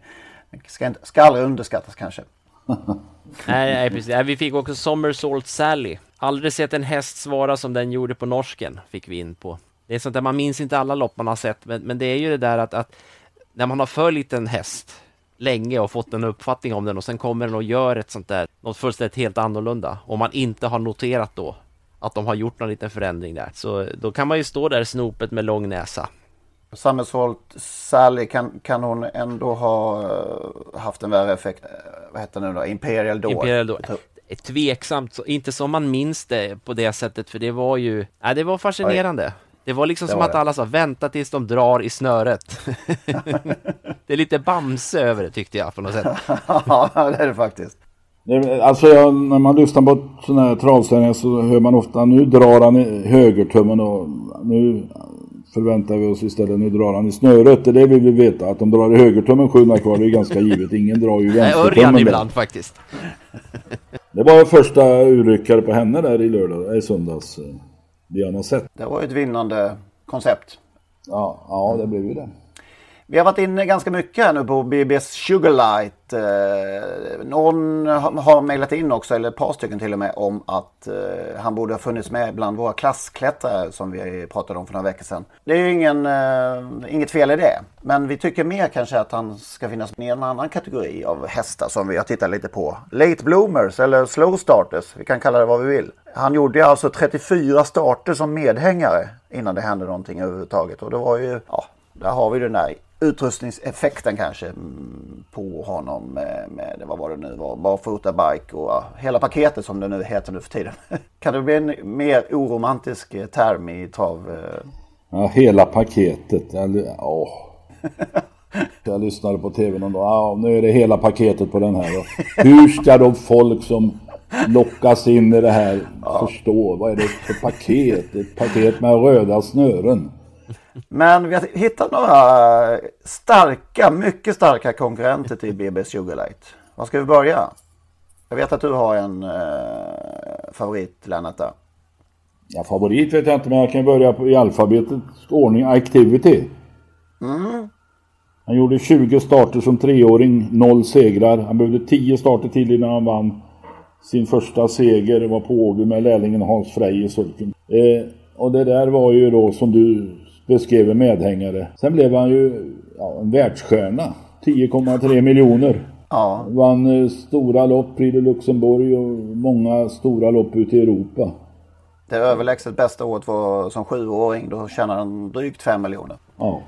ska, inte, ska aldrig underskattas kanske. nej, nej, precis. Vi fick också Somersault Sally. Aldrig sett en häst svara som den gjorde på norsken, fick vi in på. Det är sånt där, man minns inte alla lopp man har sett, men, men det är ju det där att, att när man har följt en häst länge och fått en uppfattning om den och sen kommer den och gör ett sånt där, något fullständigt helt annorlunda, och man inte har noterat då att de har gjort någon liten förändring där, så då kan man ju stå där snopet med lång näsa. Samhällsvåld Sally, kan, kan hon ändå ha haft en värre effekt? Vad heter det nu då? Imperial Door. Imperial Door. Tveksamt, så, inte som man minns det på det sättet, för det var ju, nej, det var fascinerande. Oj. Det var liksom det som var att det. Alla sa, vänta tills de drar i snöret. Det är lite Bamse över det, tyckte jag på något sätt. Ja, det är det faktiskt. Alltså jag, när man lyssnar på sådana här travsändningar så hör man ofta, nu drar han i högertummen och nu förväntar vi oss istället, nu drar han i snöret. Det är det vi vill veta, att de drar i högertummen sjuna kvar, det är ganska givet. Ingen drar ju vänstertummen. Örjan ibland faktiskt. Det var första urryckare på henne där i lördag, i söndags. Det jag har sett. Det var ett vinnande koncept. Ja, ja, det blev ju det. Vi har varit inne ganska mycket här nu på B B S Sugarlight. Eh, någon har mejlat in också, eller ett par stycken till och med, om att eh, han borde ha funnits med bland våra klassklättrare som vi pratade om för några veckor sedan. Det är ju ingen, eh, inget fel i det. Men vi tycker mer kanske att han ska finnas med i en annan kategori av hästar som vi har tittat lite på. Late bloomers eller slow starters, vi kan kalla det vad vi vill. Han gjorde alltså trettiofyra starter som medhängare innan det hände någonting överhuvudtaget. Och det var ju, ja, där har vi den där utrustningseffekten kanske på honom med, med vad var det nu var, barfota bike och ja, hela paketet som det nu heter nu för tiden. Kan det bli en mer oromantisk term i trav? Ja, hela paketet. Jag, åh. Jag lyssnade på tv någon dag. Ja, nu är det hela paketet på den här. Hur ska de folk som lockas in i det här ja. förstå? Vad är det för paket? Ett paket med röda snören. Men vi har hittat några starka, mycket starka konkurrenter till B B S Sugarlight. Var ska vi börja? Jag vet att du har en eh, favorit, Lennart, där. Ja, favorit vet jag inte, men jag kan börja på, i alfabetisk ordning. Activity. Mm. Han gjorde tjugo starter som treåring, noll segrar. Han behövde tio starter till innan han vann sin första seger. Det var på Åby med lärlingen Hans Frey i sulken. Eh, och det där var ju då som du beskrev medhängare. Sen blev han ju ja, en världsstjärna. tio komma tre miljoner. Ja. Vann stora lopp i Luxemburg och många stora lopp ute i Europa. Det överlägset bästa året var som sjuåring. Då tjänade han drygt fem miljoner. Ja.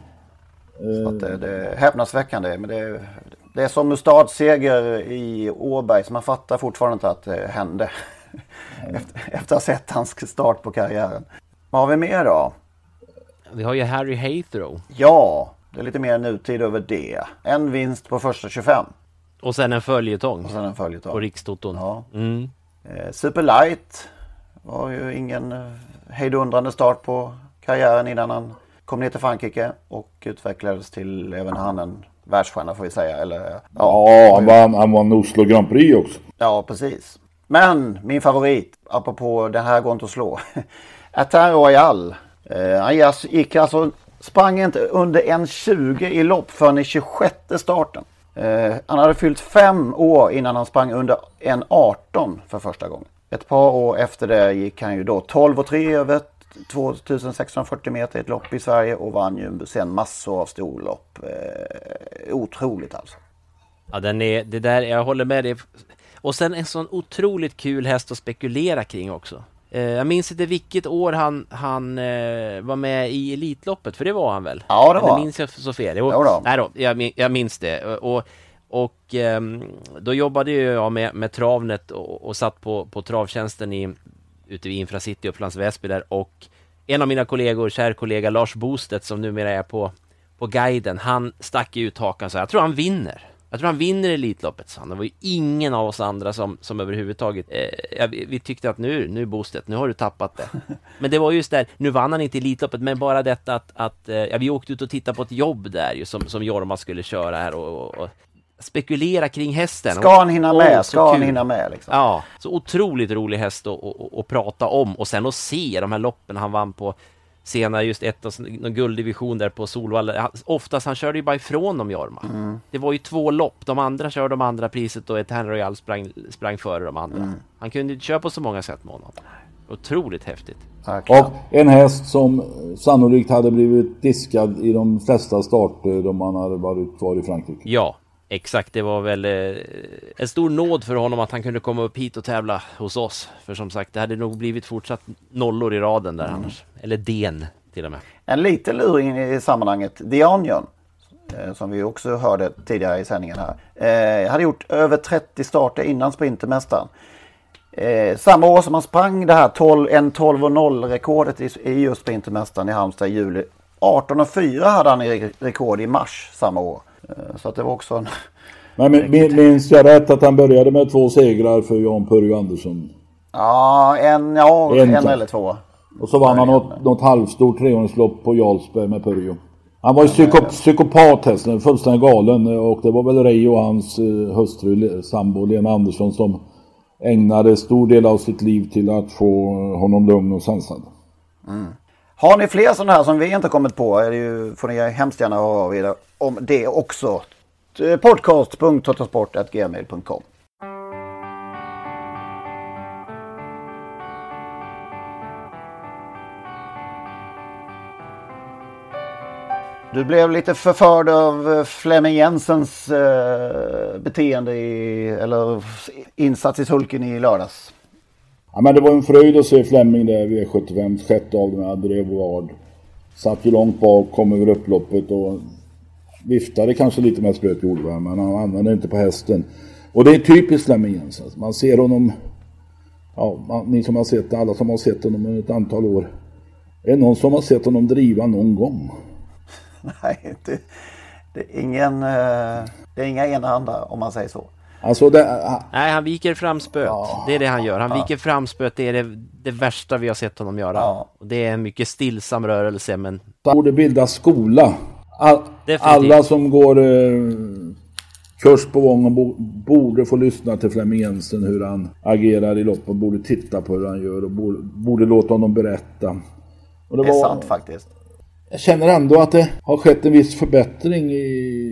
Så att det, det är häpnadsväckande. Men det är, det är som Mustad-seger i Åberg. Så man fattar fortfarande inte att det hände. efter, efter att ha sett hans start på karriären. Vad har vi mer då? Vi har ju Harry Haythrow. Ja, det är lite mer nutid över det. En vinst på första tjugofem. Och sen en följetong. Och sen en följetong. På Rikstoton. Ja. Mm. Eh, Superlight var ju ingen hejdundrande start på karriären innan han kom ner till Frankrike. Och utvecklades till även han en världsstjärna får vi säga. Eller, ja, ja han vann han vann Oslo Grand Prix också. Ja, precis. Men min favorit, apropå det här går inte att slå. Atin Royal. Uh, han gick alltså, sprang inte under en tjugo i lopp förrän i tjugosjätte starten. Uh, han hade fyllt fem år innan han sprang under en arton för första gången. Ett par år efter det gick han ju då tolv och tre över tvåtusen sexhundrafyrtio meter i ett lopp i Sverige och vann ju sen massor av storlopp. Uh, otroligt alltså. Ja, den är, det där, jag håller med dig. Och sen en sån otroligt kul häst att spekulera kring också. Jag minns inte vilket år han, han eh, var med i Elitloppet, för det var han väl? Ja, det var det minns jag så fel. Jo, ja, då. Nej då, jag, jag minns det. Och, och eh, då jobbade jag med, med Travnet och, och satt på, på travtjänsten i, ute vid Infracity Upplands Väsby där. Och en av mina kollegor, kär kollega Lars Bostedt, som numera är på, på guiden, han stack ut hakan så jag tror han vinner. Jag tror han vinner Elitloppet, så han. Det var ju ingen av oss andra som, som överhuvudtaget eh, vi, vi tyckte att nu, nu boostet, nu har du tappat det. Men det var just där, nu vann han inte Elitloppet, men bara detta att, att eh, ja, vi åkte ut och tittade på ett jobb där ju, som, som Jorma skulle köra här och, och, och spekulera kring hästen. Ska han hinna med? Ska han hinna med liksom? Ja, så otroligt rolig häst att, att, att, att prata om och sen att se de här loppen han vann på senare just ett och någon gulddivision där på Solvalla. Oftast han körde ju bara ifrån dem, Jorma. Mm. Det var ju två lopp. De andra körde de andra priset och ett Henry Royal sprang, sprang före de andra. Mm. Han kunde inte köra på så många sätt med honom. Otroligt häftigt. Och en häst som sannolikt hade blivit diskad i de flesta starter om han hade varit kvar i Frankrike. Ja, exakt. Det var väl eh, en stor nåd för honom att han kunde komma upp hit och tävla hos oss. För som sagt, det hade nog blivit fortsatt nollor i raden där mm. annars. Eller den till och med. En liten luring i sammanhanget. The Onion, eh, som vi också hörde tidigare i sändningen här. Eh, hade gjort över trettio starter innan Sprintermästaren. Eh, samma år som han sprang det här tolv, en tolv och noll rekordet i, i just Sprintermästaren i Halmstad i juli. arton och fyra hade han i rekord i mars samma år. Eh, så att det var också en... Men min, minns jag rätt att han började med två segrar för Jan Pörjo Andersson? Ja, en, ja, en, en eller två. Och så vann han något, något halvstort treårslopp på Jarlsberg med Pörjo. Han var ju psykop- psykopat hästen, fullständigt galen. Och det var väl Rej och hans eh, hustru, sambo Lena Andersson, som ägnade stor del av sitt liv till att få honom lugn och sansad. Mm. Har ni fler sådana här som vi inte kommit på, är det ju, får ni hemskt gärna höra av er om det också. podcast punkt totosport at gmail punkt com. Du blev lite förförd av Flemming Jensens eh, beteende i, eller insats i sulken i lördags. Ja, men det var en fröjd att se Flemming där vid sjuttiofem, sjätte av dem med drev vard. Satt ju långt bak, kom över upploppet och viftade kanske lite med spröt jord, men han använde inte på hästen. Och det är typiskt Flemming Jensen. Man ser honom, ja, man, ni som har sett, alla som har sett honom under ett antal år. Är det någon som har sett honom driva någon gång? Nej, det, det är ingen det är inga enahanda om man säger så. Alltså det, han... Nej, han viker fram spöt. Ja, det är det han gör. Han ja. viker fram spöt. Det är det, det värsta vi har sett honom göra. Ja. Och det är en mycket stillsam rörelse, men... Han borde bilda skola. All, alla som går eh, kurs på Vången bo, borde få lyssna till Flemming Jensen hur han agerar i loppet. Borde titta på hur han gör och borde, borde låta honom berätta. Och det, det är var, sant faktiskt. Jag känner ändå att det har skett en viss förbättring i,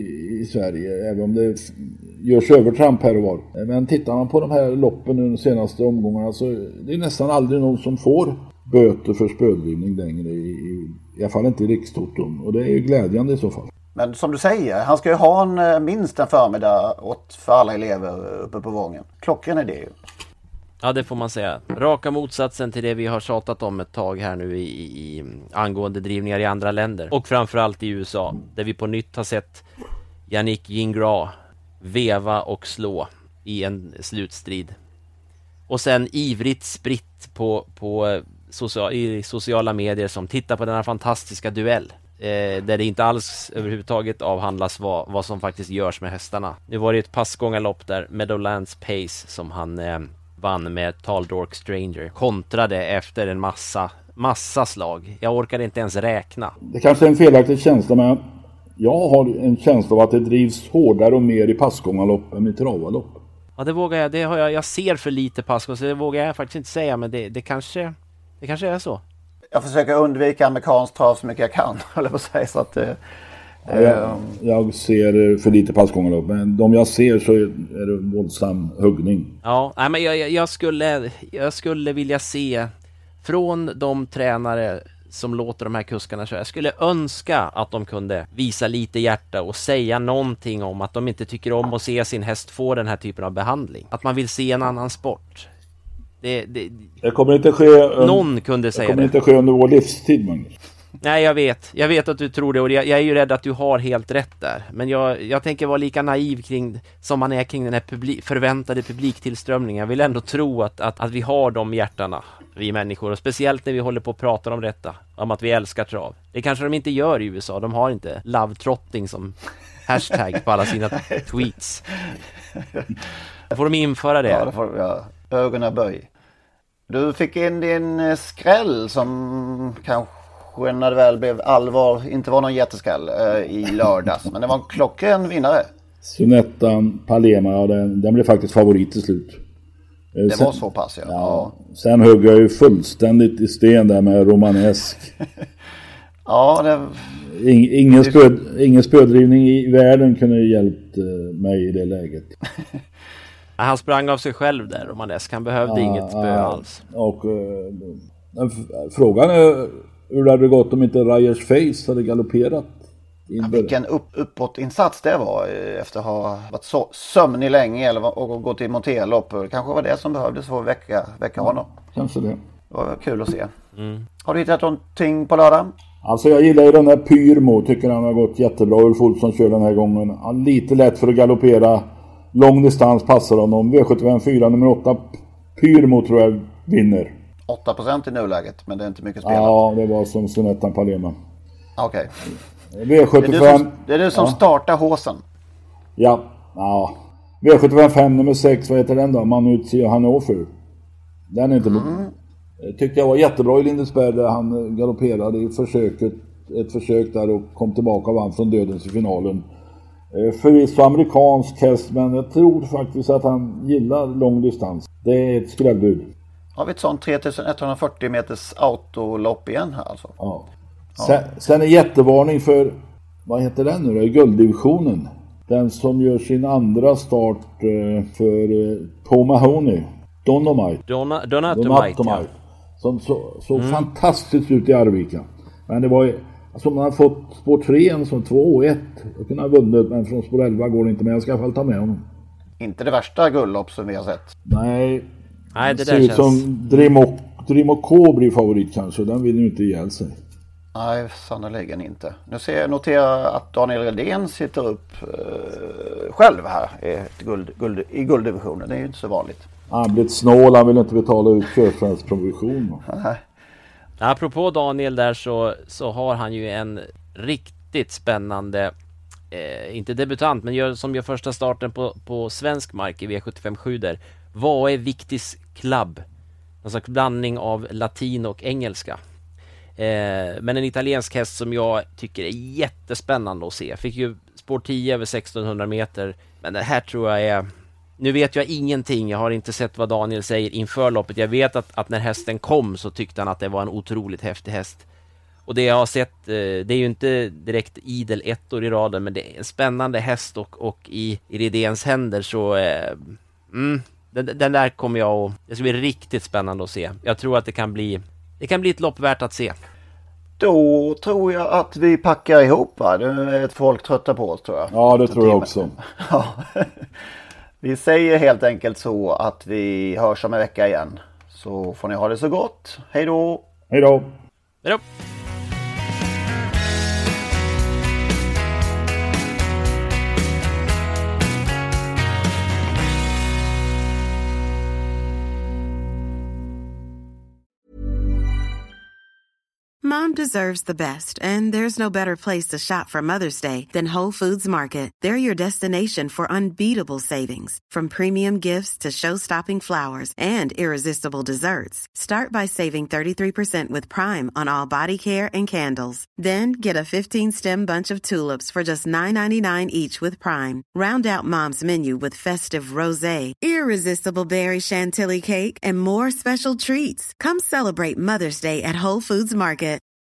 i Sverige, även om det görs övertramp här och var. Men tittar man på de här loppen under de senaste omgångarna så det är nästan aldrig någon som får böter för spödrivning längre, i, i, i alla fall inte i Rikstoton. Och det är ju glädjande i så fall. Men som du säger, han ska ju ha en, minst en förmiddag åt för alla elever uppe på Vången. Klockan är det ju. Ja, det får man säga. Raka motsatsen till det vi har tjatat om ett tag här nu i, i angående drivningar i andra länder. Och framförallt i U S A, där vi på nytt har sett Yannick Gingras veva och slå i en slutstrid. Och sen ivrigt spritt på, på social, i sociala medier som tittar på den här fantastiska duell. Eh, där det inte alls överhuvudtaget avhandlas vad, vad som faktiskt görs med hästarna. Nu var det ett passgångarlopp där Meadowlands Pace som han... Eh, vann med Tall Dork Stranger. Kontrade efter en massa, massa slag. Jag orkade inte ens räkna. Det kanske är en felaktig känsla, men jag har en känsla av att det drivs hårdare och mer i passgångarlopp än i travalopp. Ja, det vågar jag. Det har jag. Jag ser för lite passgång, så det vågar jag faktiskt inte säga, men det, det, kanske, det kanske är så. Jag försöker undvika amerikansk trav så mycket jag kan, eller på sig, så att... Eh... Ja, jag, jag ser för lite passgångar upp, men de jag ser så är det våldsam huggning. Ja, nej, men jag, jag, skulle, jag skulle vilja se från de tränare som låter de här kuskarna köra. Jag skulle önska att de kunde visa lite hjärta och säga någonting om att de inte tycker om att se sin häst få den här typen av behandling. Att man vill se en annan sport. Det, det, det kommer inte ske. Någon kunde säga det. Det kommer inte ske under vår livstid, Magnus. Nej, jag vet. Jag vet att du tror det, och jag, jag är ju rädd att du har helt rätt där. Men jag, jag tänker vara lika naiv kring, som man är kring den här publi- förväntade publiktillströmningen. Jag vill ändå tro att, att, att vi har de hjärtarna, vi människor. Och speciellt när vi håller på att prata om detta, om att vi älskar trav. Det kanske de inte gör i U S A. De har inte love trotting som hashtag på alla sina tweets. Då får de införa det. Ja, det får ja. Ögonen böj. Du fick in din skräll som kanske när det väl blev allvar inte var någon jätteskall äh, i lördags. Men det var en klockren vinnare. Sunettan Palema, ja, den, den blev faktiskt favorit till slut. Det sen, var så pass, ja. ja. Sen högg jag ju fullständigt i sten där med romanesk. Ja, det... In, ingen, spöd, ingen spödrivning i världen kunde hjälpt mig i det läget. Han sprang av sig själv där och Manesk, han behövde ah, inget spö ah, alls. Och uh, frågan är hur det hade gått om inte Ryers Face hade galopperat. Ja, vilken upp, uppåtinsats det var efter att ha varit så, sömnig länge eller, och gått i monterlopp. Kanske var det som behövdes för att väcka, väcka honom. Kanske det. Det var kul att se. Mm. Har du hittat någonting på lördag? Alltså jag gillar ju den här Pyrmo. Tycker han har gått jättebra. Ulf Olsson kör den här gången. Han lite lätt för att galoppera. Lång distans passar honom. V sjuttiofem fyra nummer åtta Pyrmo tror jag vinner. åtta procent i nuläget, men det är inte mycket spelat. Ja, det var som Sonettan Palema. Okej. Okay. V sjuttiofem... Det är du som, det är du som ja. startar håsen. Ja, ja. V sjuttiofem fem nummer sex, vad heter den då? Manuzio Hannover. Den är inte mm. Tyckte jag var jättebra i Lindesberg där han galopperade i försöket, ett försök där och kom tillbaka och vann från dödens i finalen. Förvisso amerikansk häst, men jag tror faktiskt att han gillar lång distans. Det är ett skrällbud. Har vi ett sånt tre tusen etthundrafyrtio meters autolopp igen här alltså? Ja. Sen, sen är jättevarning för, vad heter den nu då? Gulddivisionen. Den som gör sin andra start för eh, Paul Mahoney. Donomite. Dona, Donatomite, ja. Som så, så mm. fantastiskt ut i Arvika. Men det var ju, alltså man har fått spår tre, en som två och ett. Jag kunde ha vunnit, men från spår elva går det inte med. Jag ska i alla fall ta med honom. Inte det värsta guldlopp som vi har sett. Nej. Nej, det, det ser där ut känns... som Drimo, Drimo K blir favorit kanske. Den vill ju inte ihjäl sig. Nej, sannoliken inte. Nu ser jag, noterar att Daniel Redén sitter upp eh, själv här i, guld, guld, i gulddivisionen. Det är ju inte så vanligt. Han blir snål, han vill inte betala ut körfränsprovision. Nej. Apropå Daniel där så, så har han ju en riktigt spännande, eh, inte debutant, men gör, som gör första starten på, på svensk mark i V sjuttiofem sju där. Vad är Victis Club? En slags blandning av latin och engelska. Eh, men en italiensk häst som jag tycker är jättespännande att se. Fick ju spår tio över sextonhundra meter. Men det här tror jag är... Nu vet jag ingenting. Jag har inte sett vad Daniel säger inför loppet. Jag vet att, att när hästen kom så tyckte han att det var en otroligt häftig häst. Och det jag har sett, eh, det är ju inte direkt idel ett år i raden, men det är en spännande häst och, och i, i Redéns händer så... Eh, mm, den, den där kommer jag att... Det ska bli riktigt spännande att se. Jag tror att det kan bli... Det kan bli ett lopp värt att se. Då tror jag att vi packar ihop, va? Det är ett folk trötta på oss, tror jag. Ja, det tror jag också. Ja. Vi säger helt enkelt så att vi hörs om en vecka igen. Så får ni ha det så gott. Hej då! Hej då! Hej då! Mom deserves the best, and there's no better place to shop for Mother's Day than Whole Foods Market. They're your destination for unbeatable savings, from premium gifts to show-stopping flowers and irresistible desserts. Start by saving thirty-three percent with Prime on all body care and candles. Then get a fifteen-stem bunch of tulips for just nine ninety-nine each with Prime. Round out Mom's menu with festive rosé, irresistible berry chantilly cake, and more special treats. Come celebrate Mother's Day at Whole Foods Market.